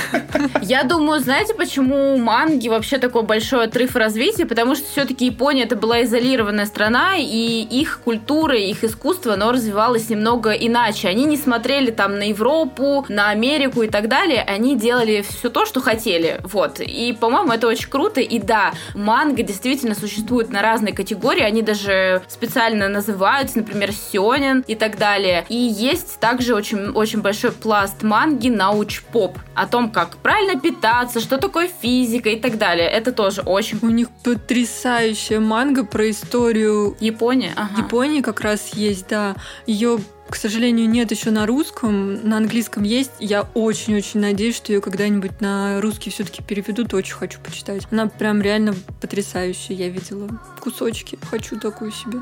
S2: Я думаю, знаете, почему у манги вообще такой большой отрыв развития? Потому что все-таки Япония — это была изолированная страна, и их культура, их искусство, оно развивалось немного иначе. Они не смотрели там на Европу, на Америку и так далее. Они делали все то, что хотели. Вот. И, по-моему, это очень круто. И да, манга действительно существует на разные категории. Они даже специально называются, например, сёнэн и так далее. И есть также очень большой пласт манги науч-поп. О том, как правильно питаться, что такое физика и так далее. Это тоже очень...
S1: У них потрясающая манга про историю...
S2: Японии? Ага.
S1: Японии как раз есть, да. Ее, к сожалению, нет еще на русском, на английском есть. Я очень-очень надеюсь, что ее когда-нибудь на русский все-таки переведут. Очень хочу почитать. Она прям реально потрясающая. Я видела кусочки. Хочу такую себе.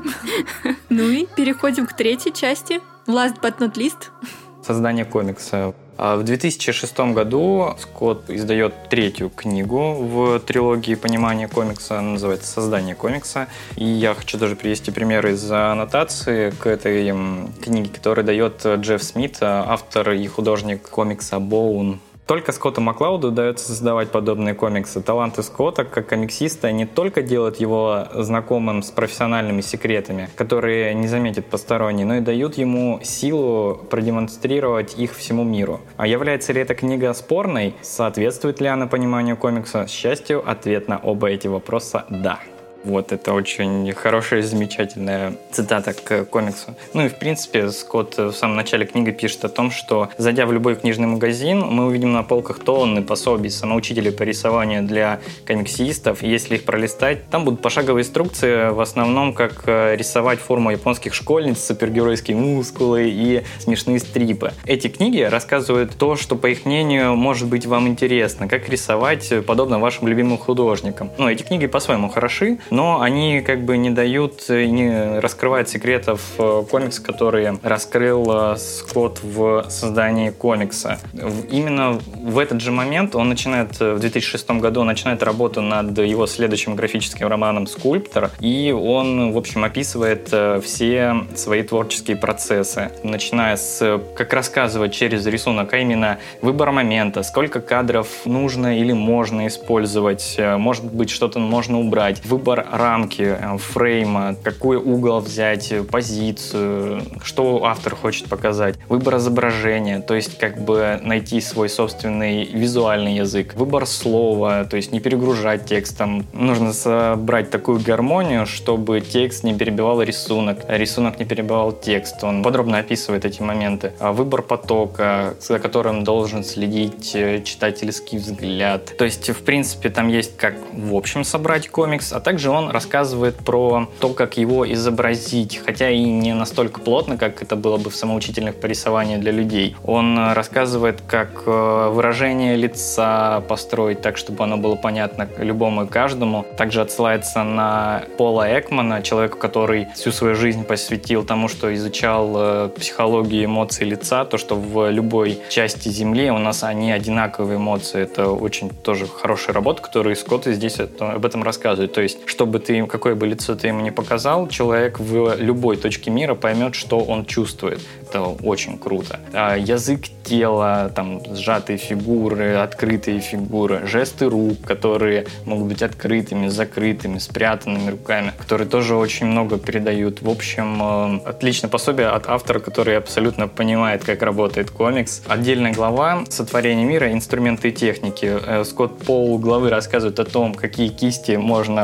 S1: Ну и переходим к третьей части. Last but not least.
S3: Создание комикса. В 2006 году Скотт издает третью книгу в трилогии понимания комикса, она называется «Создание комикса». И я хочу даже привести примеры из аннотации к этой книге, которую дает Джефф Смит, автор и художник комикса «Боун». Только Скотту Маклауду удается создавать подобные комиксы. Таланты Скотта как комиксиста не только делают его знакомым с профессиональными секретами, которые не заметит посторонний, но и дают ему силу продемонстрировать их всему миру. А является ли эта книга спорной? Соответствует ли она пониманию комикса? К счастью, ответ на оба эти вопроса – да. Вот, это очень хорошая, замечательная цитата к комиксу. Ну и, в принципе, Скотт в самом начале книги пишет о том, что, зайдя в любой книжный магазин, мы увидим на полках тонны пособий, самоучителей по рисованию для комиксистов. И если их пролистать, там будут пошаговые инструкции, в основном, как рисовать форму японских школьниц, супергеройские мускулы и смешные стрипы. Эти книги рассказывают то, что, по их мнению, может быть вам интересно, как рисовать подобно вашим любимым художникам. Ну, эти книги по-своему хороши, но они как бы не дают, не раскрывают секретов комикса, которые раскрыл Скотт в создании комикса. Именно в этот же момент он начинает, в 2006 году он начинает работу над его следующим графическим романом «Скульптор», и он, в общем, описывает все свои творческие процессы, начиная с, как рассказывать через рисунок, а именно выбор момента, сколько кадров нужно или можно использовать, может быть, что-то можно убрать, выбор рамки, фрейма, какой угол взять, позицию, что автор хочет показать, выбор изображения, то есть как бы найти свой собственный визуальный язык, выбор слова, то есть не перегружать текстом. Нужно собрать такую гармонию, чтобы текст не перебивал рисунок, а рисунок не перебивал текст. Он подробно описывает эти моменты. Выбор потока, за которым должен следить читательский взгляд. То есть, в принципе, там есть как в общем собрать комикс, а также он рассказывает про то, как его изобразить, хотя и не настолько плотно, как это было бы в самоучительных по рисованию для людей. Он рассказывает, как выражение лица построить так, чтобы оно было понятно любому и каждому. Также отсылается на Пола Экмана, человека, который всю свою жизнь посвятил тому, что изучал психологию эмоций лица, то, что в любой части Земли у нас они одинаковые эмоции. Это очень тоже хорошая работа, которую Скотт здесь об этом рассказывает. То есть, чтобы ты, какое бы лицо ты ему не показал, человек в любой точке мира поймет, что он чувствует. Это очень круто. Язык тела, там, сжатые фигуры, открытые фигуры, жесты рук, которые могут быть открытыми, закрытыми, спрятанными руками, которые тоже очень много передают. В общем, отличное пособие от автора, который абсолютно понимает, как работает комикс. Отдельная глава «Сотворение мира. Инструменты и техники». Скотт полглавы рассказывает о том, какие кисти можно выбрать,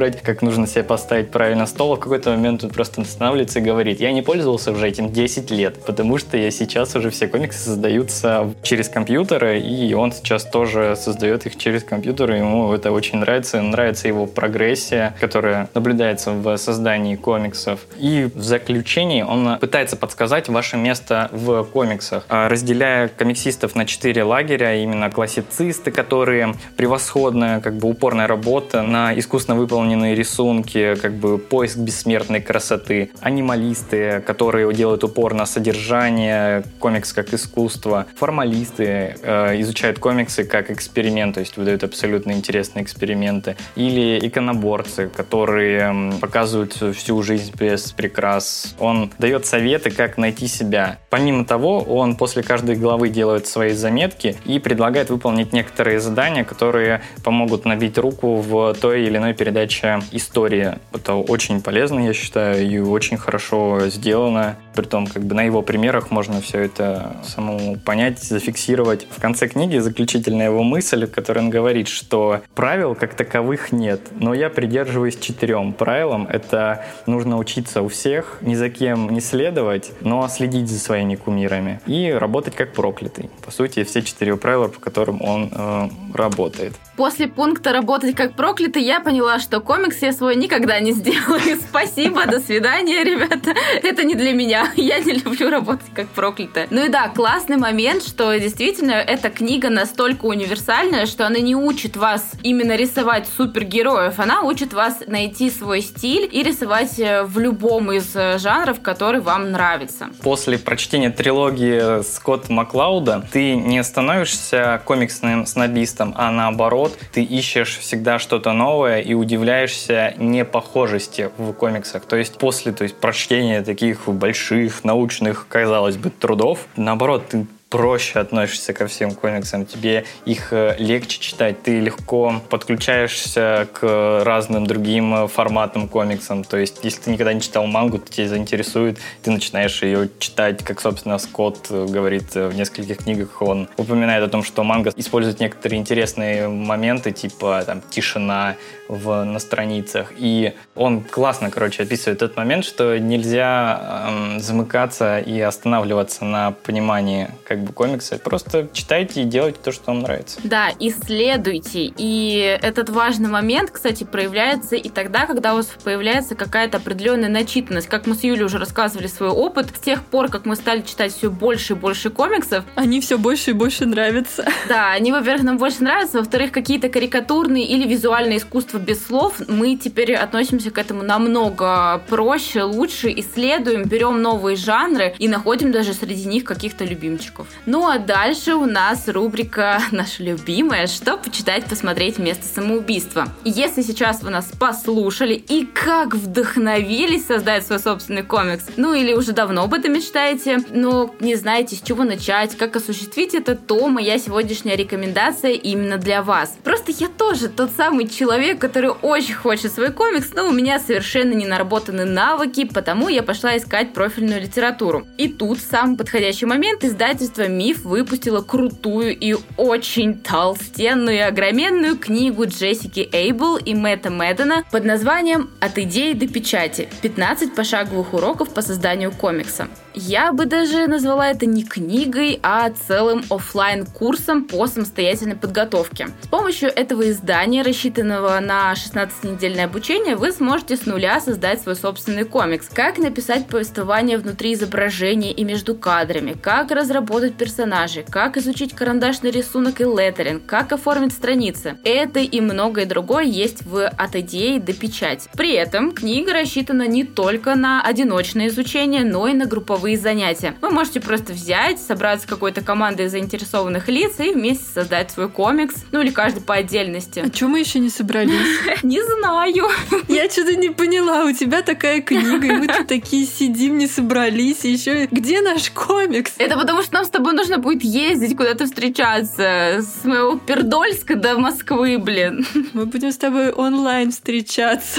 S3: выбрать, как нужно себе поставить правильно стол. В какой-то момент он просто останавливается и говорит: я не пользовался уже этим 10 лет, потому что сейчас уже все комиксы создаются через компьютеры, и он сейчас тоже создает их через компьютеры. Ему это очень нравится. Нравится его прогрессия, которая наблюдается в создании комиксов. И в заключении он пытается подсказать ваше место в комиксах, разделяя комиксистов на 4 лагеря. Именно классицисты, которые превосходная, упорная работа на искусственно выполненные рисунки, поиск бессмертной красоты. Анималисты, которые делают упор на содержание, комикс как искусство. Формалисты изучают комиксы как эксперимент, то есть выдают абсолютно интересные эксперименты. Или иконоборцы, которые показывают всю жизнь без прикрас. Он дает советы, как найти себя. Помимо того, он после каждой главы делает свои заметки и предлагает выполнить некоторые задания, которые помогут набить руку в той или иной передаче истории. Это очень полезно, я считаю, и очень хорошо сделано. Притом, на его примерах можно все это самому понять, зафиксировать. В конце книги заключительная его мысль, в которой он говорит, что правил как таковых нет, но я придерживаюсь 4 правилам. Это нужно учиться у всех, ни за кем не следовать, но следить за своими кумирами и работать как проклятый. По сути, все 4 правила, по которым он работает.
S2: После пункта «работать как проклятый» я поняла, что комикс я свой никогда не сделаю. Спасибо, до свидания, ребята. Это не для меня. Я не люблю работать как проклятая. Ну и да, классный момент, что действительно эта книга настолько универсальная, что она не учит вас именно рисовать супергероев. Она учит вас найти свой стиль и рисовать в любом из жанров, который вам нравится.
S3: После прочтения трилогии Скотта Маклауда ты не становишься комиксным снобистом, а наоборот, ты ищешь всегда что-то новое и удивляешься непохожести в комиксах. То есть после прочтения таких больших научных, казалось бы, трудов, наоборот, ты проще относишься ко всем комиксам, тебе их легче читать, ты легко подключаешься к разным другим форматным комиксам. То есть, если ты никогда не читал мангу, то тебя заинтересует, ты начинаешь ее читать, как, собственно, Скотт говорит в нескольких книгах. Он упоминает о том, что манга использует некоторые интересные моменты, типа тишина на страницах. И он классно, описывает этот момент, что нельзя замыкаться и останавливаться на понимании комикса. Просто читайте и делайте то, что вам нравится.
S2: Да, исследуйте. И этот важный момент, кстати, проявляется и тогда, когда у вас появляется какая-то определенная начитанность. Как мы с Юлей уже рассказывали свой опыт, с тех пор, как мы стали читать все больше и больше комиксов,
S1: они все больше и больше нравятся.
S2: Да, они, во-первых, нам больше нравятся, во-вторых, какие-то карикатурные или визуальные искусства без слов, мы теперь относимся к этому намного проще, лучше, исследуем, берем новые жанры и находим даже среди них каких-то любимчиков. Ну а дальше у нас рубрика наша любимая «Что почитать, посмотреть вместо самоубийства». Если сейчас вы нас послушали и как вдохновились создать свой собственный комикс, или уже давно об этом мечтаете, но не знаете, с чего начать, как осуществить это, то моя сегодняшняя рекомендация именно для вас. Просто я тоже тот самый человек, который очень хочет свой комикс, но у меня совершенно не наработаны навыки, потому я пошла искать профильную литературу. И тут, в самый подходящий момент, издательство «Миф» выпустило крутую и очень толстенную и огроменную книгу Джессики Эйбл и Мэтта Мэддена под названием «От идеи до печати. 15 пошаговых уроков по созданию комикса». Я бы даже назвала это не книгой, а целым офлайн-курсом по самостоятельной подготовке. С помощью этого издания, рассчитанного на 16-недельное обучение, вы сможете с нуля создать свой собственный комикс. Как написать повествование внутри изображения и между кадрами, как разработать персонажей, как изучить карандашный рисунок и леттеринг, как оформить страницы. Это и многое другое есть в «От идеи до печати». При этом книга рассчитана не только на одиночное изучение, но и на групповые занятия. Вы можете просто взять, собраться с какой-то командой заинтересованных лиц и вместе создать свой комикс, или каждый по отдельности.
S1: А чё мы еще не собрались?
S2: Не знаю.
S1: Я что-то не поняла. У тебя такая книга, и мы тут такие сидим, не собрались, и еще где наш комикс?
S2: Это потому, что нам с тобой нужно будет ездить, куда-то встречаться. С моего Пердольска до Москвы, блин.
S1: Мы будем с тобой онлайн встречаться.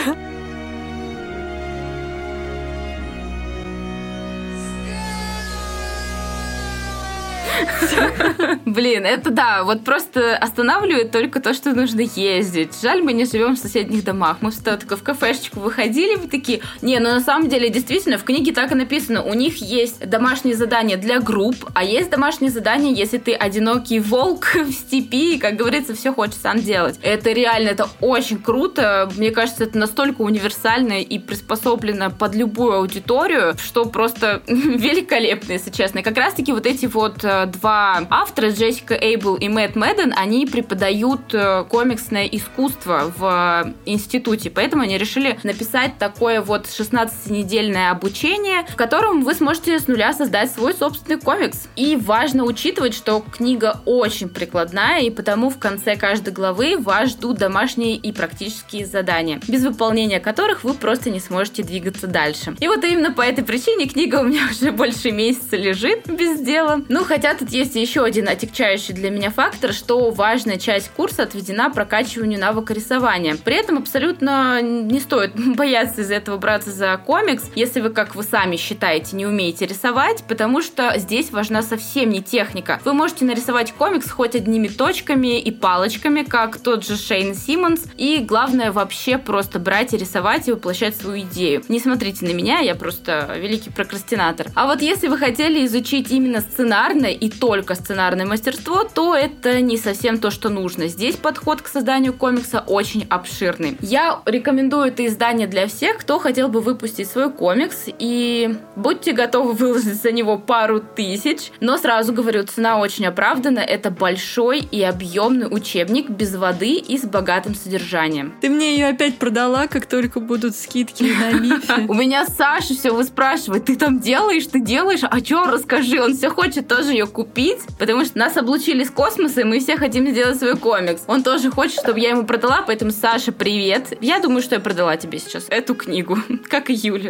S2: Блин, это да, вот просто останавливает только то, что нужно ездить. Жаль, мы не живем в соседних домах. Мы только в кафешечку выходили, вы такие... Не, ну на самом деле, действительно, в книге так и написано. У них есть домашние задания для групп, а есть домашние задания, если ты одинокий волк в степи, и, как говорится, все хочешь сам делать. Это реально, это очень круто. Мне кажется, это настолько универсально и приспособлено под любую аудиторию, что просто великолепно, если честно. И как раз-таки вот эти вот два автора, Джессика Эйбл и Мэтт Мэдден, они преподают комиксное искусство в институте, поэтому они решили написать такое вот 16-недельное обучение, в котором вы сможете с нуля создать свой собственный комикс. И важно учитывать, что книга очень прикладная, и потому в конце каждой главы вас ждут домашние и практические задания, без выполнения которых вы просто не сможете двигаться дальше. И вот именно по этой причине книга у меня уже больше месяца лежит без дела. Ну, хотя тут есть еще один отягчающий для меня фактор, что важная часть курса отведена прокачиванию навыка рисования. При этом абсолютно не стоит бояться из-за этого браться за комикс, если вы, как вы сами считаете, не умеете рисовать, потому что здесь важна совсем не техника. Вы можете нарисовать комикс хоть одними точками и палочками, как тот же Шейн Симмонс, и главное вообще просто брать и рисовать и воплощать свою идею. Не смотрите на меня, я просто великий прокрастинатор. А вот если вы хотели изучить именно сценарное и только сценарное мастерство, то это не совсем то, что нужно. Здесь подход к созданию комикса очень обширный. Я рекомендую это издание для всех, кто хотел бы выпустить свой комикс, и будьте готовы выложить за него пару тысяч, но сразу говорю, цена очень оправдана. Это большой и объемный учебник без воды и с богатым содержанием.
S1: Ты мне ее опять продала, как только будут скидки на Мифе.
S2: У меня Саша все выспрашивает, ты там делаешь, а что, расскажи, он все хочет тоже ее купить, потому что нас облучили с космоса, и мы все хотим сделать свой комикс. Он тоже хочет, чтобы я ему продала, поэтому, Саша, привет. Я думаю, что я продала тебе сейчас эту книгу, как и Юля.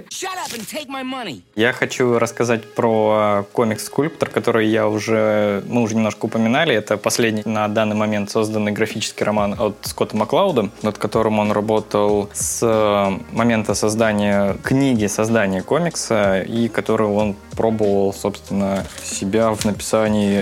S3: Я хочу рассказать про комикс «Скульптор», который мы уже немножко упоминали. Это последний на данный момент созданный графический роман от Скотта Маклауда, над которым он работал с момента создания книги, создания комикса, и который он пробовал, собственно, себя в написании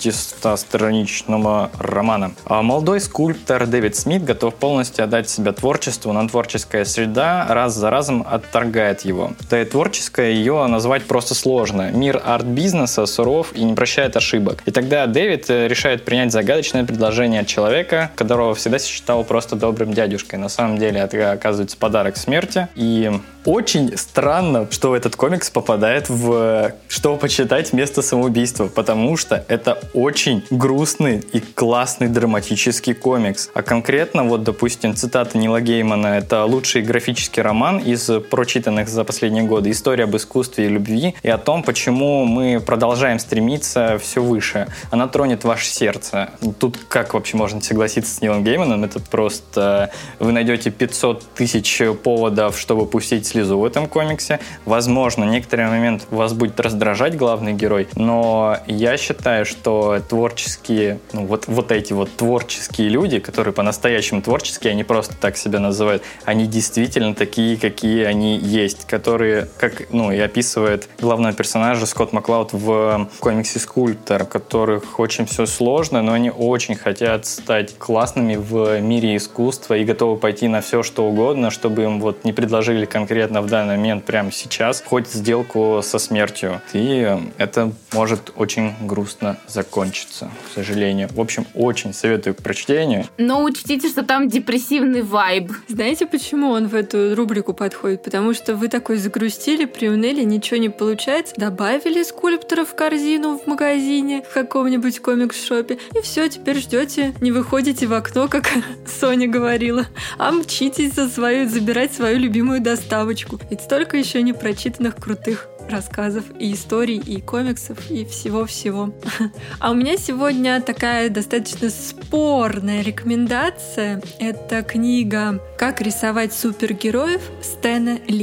S3: 500-страничного романа. А молодой скульптор Дэвид Смит готов полностью отдать себя творчеству, но творческая среда раз за разом отторгает его. Да и творческое ее назвать просто сложно. Мир арт-бизнеса суров и не прощает ошибок. И тогда Дэвид решает принять загадочное предложение от человека, которого всегда считал просто добрым дядюшкой. На самом деле это, оказывается, подарок смерти. И очень странно, что этот комикс попадает в «Что почитать вместо самоубийства», потому что это очень грустный и классный драматический комикс. А конкретно, вот, допустим, цитата Нила Геймана, это лучший графический роман из прочитанных за последние годы. История об искусстве и любви и о том, почему мы продолжаем стремиться все выше. Она тронет ваше сердце. Тут как вообще можно согласиться с Нилом Гейманом? Это просто вы найдете 500 тысяч поводов, чтобы пустить слезу в этом комиксе. Возможно, некоторый момент вас будет раздражать главный герой, но я считаю, что творческие, вот эти вот творческие люди, которые по-настоящему творческие, они просто так себя называют, они действительно такие, какие они есть, которые, и описывает главного персонажа Скотт Маклауд в комиксе «Скульптор», у которых очень все сложно, но они очень хотят стать классными в мире искусства и готовы пойти на все, что угодно, чтобы им вот не предложили конкретно в данный момент, прямо сейчас, хоть сделку со смертью. И это может очень грустно закончиться, к сожалению. В общем, очень советую к прочтению.
S2: Но учтите, что там депрессивный вайб.
S1: Знаете, почему он в эту рубрику подходит? Потому что вы такой загрустили, приуныли, ничего не получается, добавили скульптора в корзину в магазине, в каком-нибудь комикс-шопе, и все, теперь ждете, не выходите в окно, как Соня говорила, а мчитесь забирать свою любимую доставочку. Ведь столько еще не прочитанных крутых рассказов и историй, и комиксов, и всего-всего. А у меня сегодня такая достаточно спорная рекомендация. Это книга «Как рисовать супергероев» Стэна Ли.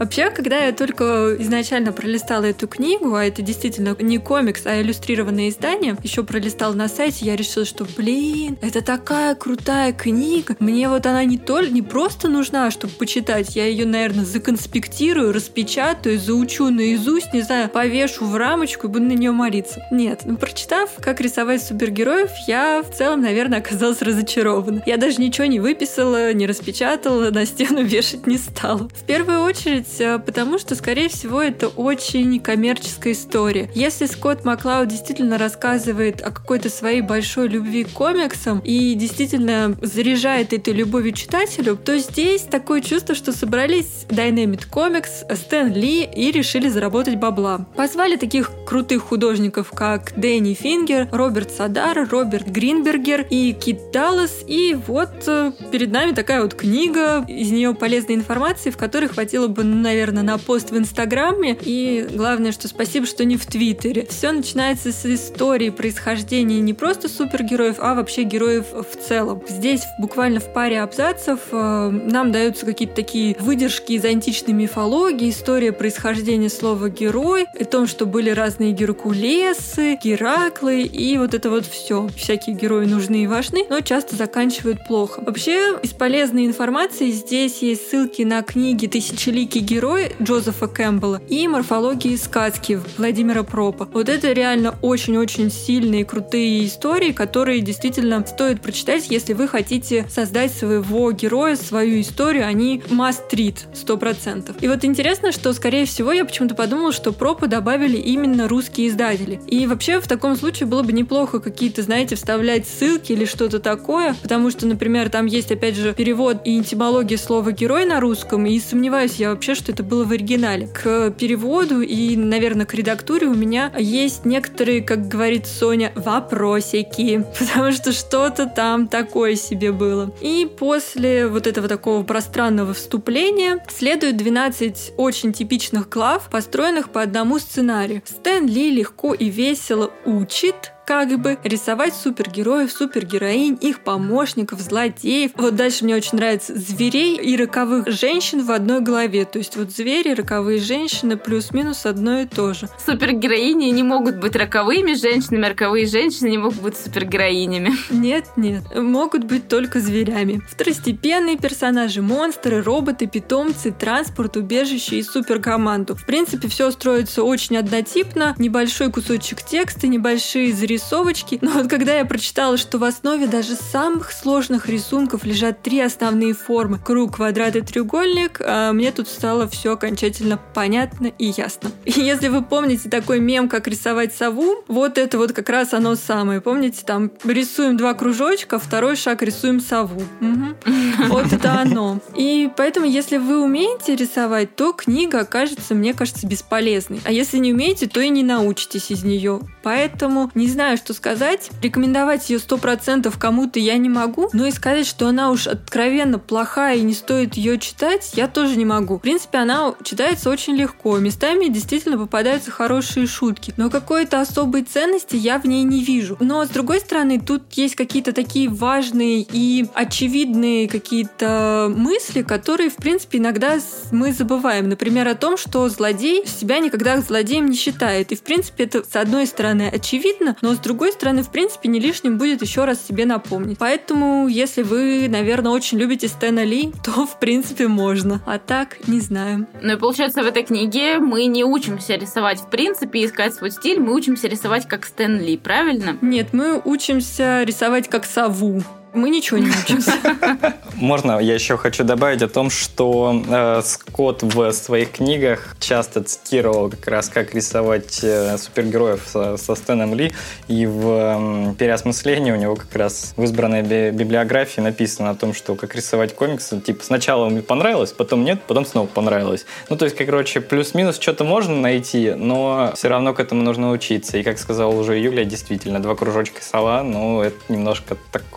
S1: Вообще, когда я только изначально пролистала эту книгу, а это действительно не комикс, а иллюстрированное издание, еще пролистала на сайте, я решила, что, это такая крутая книга. Мне вот она не просто нужна, чтобы почитать, я ее, наверное, законспектирую, распечатаю, заучу наизусть, не знаю, повешу в рамочку и буду на нее молиться. Нет, прочитав, как рисовать супергероев, я в целом, наверное, оказалась разочарована. Я даже ничего не выписала, не распечатала, на стену вешать не стала. В первую очередь, потому что, скорее всего, это очень коммерческая история. Если Скотт Маклауд действительно рассказывает о какой-то своей большой любви к комиксам и действительно заряжает этой любовью читателю, то здесь такое чувство, что собрались Dynamite Comics, Стэн Ли и решили заработать бабла. Позвали таких крутых художников, как Дэнни Фингер, Роберт Садар, Роберт Гринбергер и Кит Даллас, и вот перед нами такая вот книга, из нее полезной информации, в которой хватило бы, наверное, на пост в Инстаграме, и главное, что спасибо, что не в Твиттере. Все начинается с истории происхождения не просто супергероев, а вообще героев в целом. Здесь буквально в паре абзацев нам даются какие-то такие выдержки из античной мифологии, история происхождения слова «герой», о том, что были разные Геркулесы, Гераклы, и вот это вот все. Всякие герои нужны и важны, но часто заканчивают плохо. Вообще, из полезной информации здесь есть ссылки на книги «Тысячеликий герой» Джозефа Кэмпбелла и «Морфология сказки» Владимира Пропа. Вот это реально очень-очень сильные, крутые истории, которые действительно стоит прочитать, если вы хотите создать своего героя, свою историю. Они must read 100%. И вот интересно, что, скорее всего, я почему-то подумала, что Пропа добавили именно русские издатели. И вообще, в таком случае было бы неплохо какие-то, знаете, вставлять ссылки или что-то такое, потому что, например, там есть, опять же, перевод и этимология слова «герой» на русском, и сомневаюсь я вообще, что это было в оригинале. К переводу и, наверное, к редактуре у меня есть некоторые, как говорит Соня, вопросики, потому что что-то там такое себе было. И после вот этого такого пространного вступления следует 12 очень типичных глав, построенных по одному сценарию. Стэн Ли легко и весело учит, как бы рисовать супергероев, супергероинь, их помощников, злодеев. Вот дальше мне очень нравится зверей и роковых женщин в одной голове. То есть вот звери, роковые женщины, плюс-минус одно и то же.
S2: Супергероини не могут быть роковыми женщинами, роковые женщины не могут быть супергероинями.
S1: Нет, могут быть только зверями. Второстепенные персонажи, монстры, роботы, питомцы, транспорт, убежище и суперкоманду. В принципе, все строится очень однотипно. Небольшой кусочек текста, небольшие зарисовки, но вот когда я прочитала, что в основе даже самых сложных рисунков лежат 3 основные формы — круг, квадрат и треугольник, мне тут стало все окончательно понятно и ясно. И если вы помните такой мем, как рисовать сову, вот это вот как раз оно самое. Помните, там рисуем 2 кружочка, второй шаг рисуем сову. Вот это оно. И поэтому, если вы умеете рисовать, то книга окажется, мне кажется, бесполезной. А если не умеете, то и не научитесь из нее. Поэтому не знаю, что сказать. Рекомендовать ее 100% кому-то я не могу, но и сказать, что она уж откровенно плохая и не стоит ее читать, я тоже не могу. В принципе, она читается очень легко. Местами действительно попадаются хорошие шутки, но какой-то особой ценности я в ней не вижу. Но, с другой стороны, тут есть какие-то такие важные и очевидные какие-то мысли, которые, в принципе, иногда мы забываем. Например, о том, что злодей себя никогда злодеем не считает. И, в принципе, это, с одной стороны, очевидно, но с другой стороны, в принципе, не лишним будет еще раз себе напомнить. Поэтому, если вы, наверное, очень любите Стэна Ли, то, в принципе, можно. А так, не знаю.
S2: Ну и получается, в этой книге мы не учимся рисовать в принципе, искать свой стиль, мы учимся рисовать как Стэн Ли, правильно?
S1: Нет, мы учимся рисовать как сову. Мы ничего не учимся.
S3: Можно я еще хочу добавить о том, что Скотт в своих книгах часто цитировал как раз, как рисовать супергероев со Стэном Ли, и в переосмыслении у него как раз в избранной библиографии написано о том, что как рисовать комиксы, типа сначала мне понравилось, потом нет, потом снова понравилось. Ну, то есть, короче, плюс-минус что-то можно найти, но все равно к этому нужно учиться. И, как сказала уже Юлия, действительно, 2 кружочка сова, ну, это немножко такой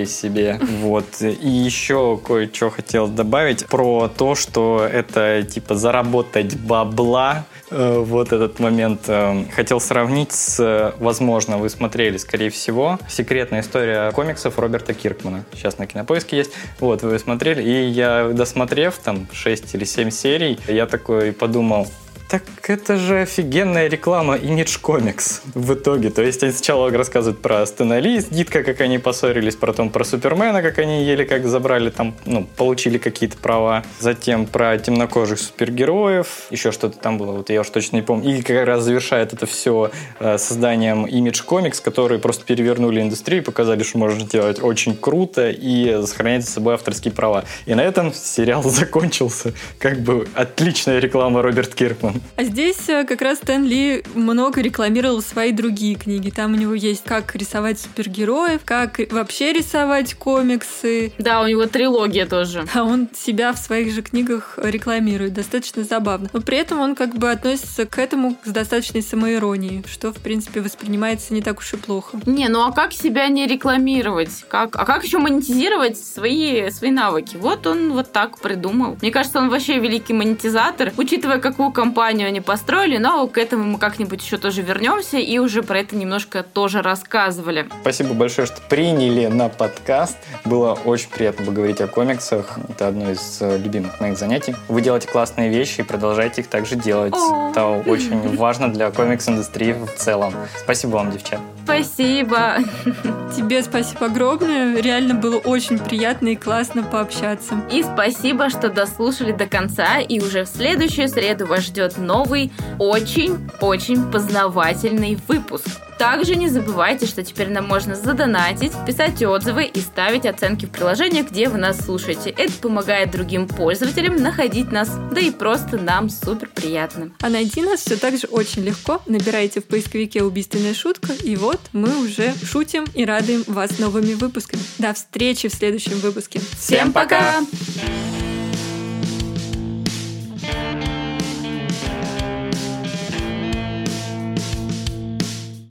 S3: вполне себе. Вот. И еще кое-что хотел добавить про то, что это типа заработать бабла. Вот этот момент хотел сравнить с, возможно, вы смотрели, скорее всего, «Секретная история комиксов» Роберта Киркмана. Сейчас на Кинопоиске есть. Вот, вы смотрели. И я, досмотрев там 6 или 7 серий, я такой подумал, так это же офигенная реклама Image Comics в итоге. То есть они сначала рассказывают про Стэна Ли с Дитко, как они поссорились, потом про Супермена, как они еле как забрали там, получили какие-то права. Затем про темнокожих супергероев, еще что-то там было, вот я уж точно не помню. И как раз завершает это все созданием Image Comics, которые просто перевернули индустрию и показали, что можно делать очень круто и сохранять за собой авторские права. И на этом сериал закончился. Как бы отличная реклама Роберт Киркман.
S1: А здесь как раз Стэн Ли много рекламировал свои другие книги. Там у него есть как рисовать супергероев, как вообще рисовать комиксы.
S2: Да, у него трилогия тоже.
S1: А он себя в своих же книгах рекламирует. Достаточно забавно. Но при этом он как бы относится к этому с достаточной самоиронией, что, в принципе, воспринимается не так уж и плохо.
S2: Не, ну а как себя не рекламировать? А как еще монетизировать свои навыки? Вот он вот так придумал. Мне кажется, он вообще великий монетизатор, учитывая, какую компанию они построили, но к этому мы как-нибудь еще тоже вернемся и уже про это немножко тоже рассказывали.
S3: Спасибо большое, что приняли на подкаст. Было очень приятно поговорить о комиксах. Это одно из любимых моих занятий. Вы делаете классные вещи и продолжайте их также делать. Это очень важно для комикс-индустрии в целом. Спасибо вам, девчат.
S2: Спасибо.
S1: Тебе спасибо огромное. Реально было очень приятно и классно пообщаться.
S2: И спасибо, что дослушали до конца. И уже в следующую среду вас ждет новый, очень-очень познавательный выпуск. Также не забывайте, что теперь нам можно задонатить, писать отзывы и ставить оценки в приложениях, где вы нас слушаете. Это помогает другим пользователям находить нас, да и просто нам супер приятно.
S1: А найти нас все так же очень легко. Набирайте в поисковике «Убийственная шутка», и вот мы уже шутим и радуем вас новыми выпусками. До встречи в следующем выпуске.
S2: Всем пока!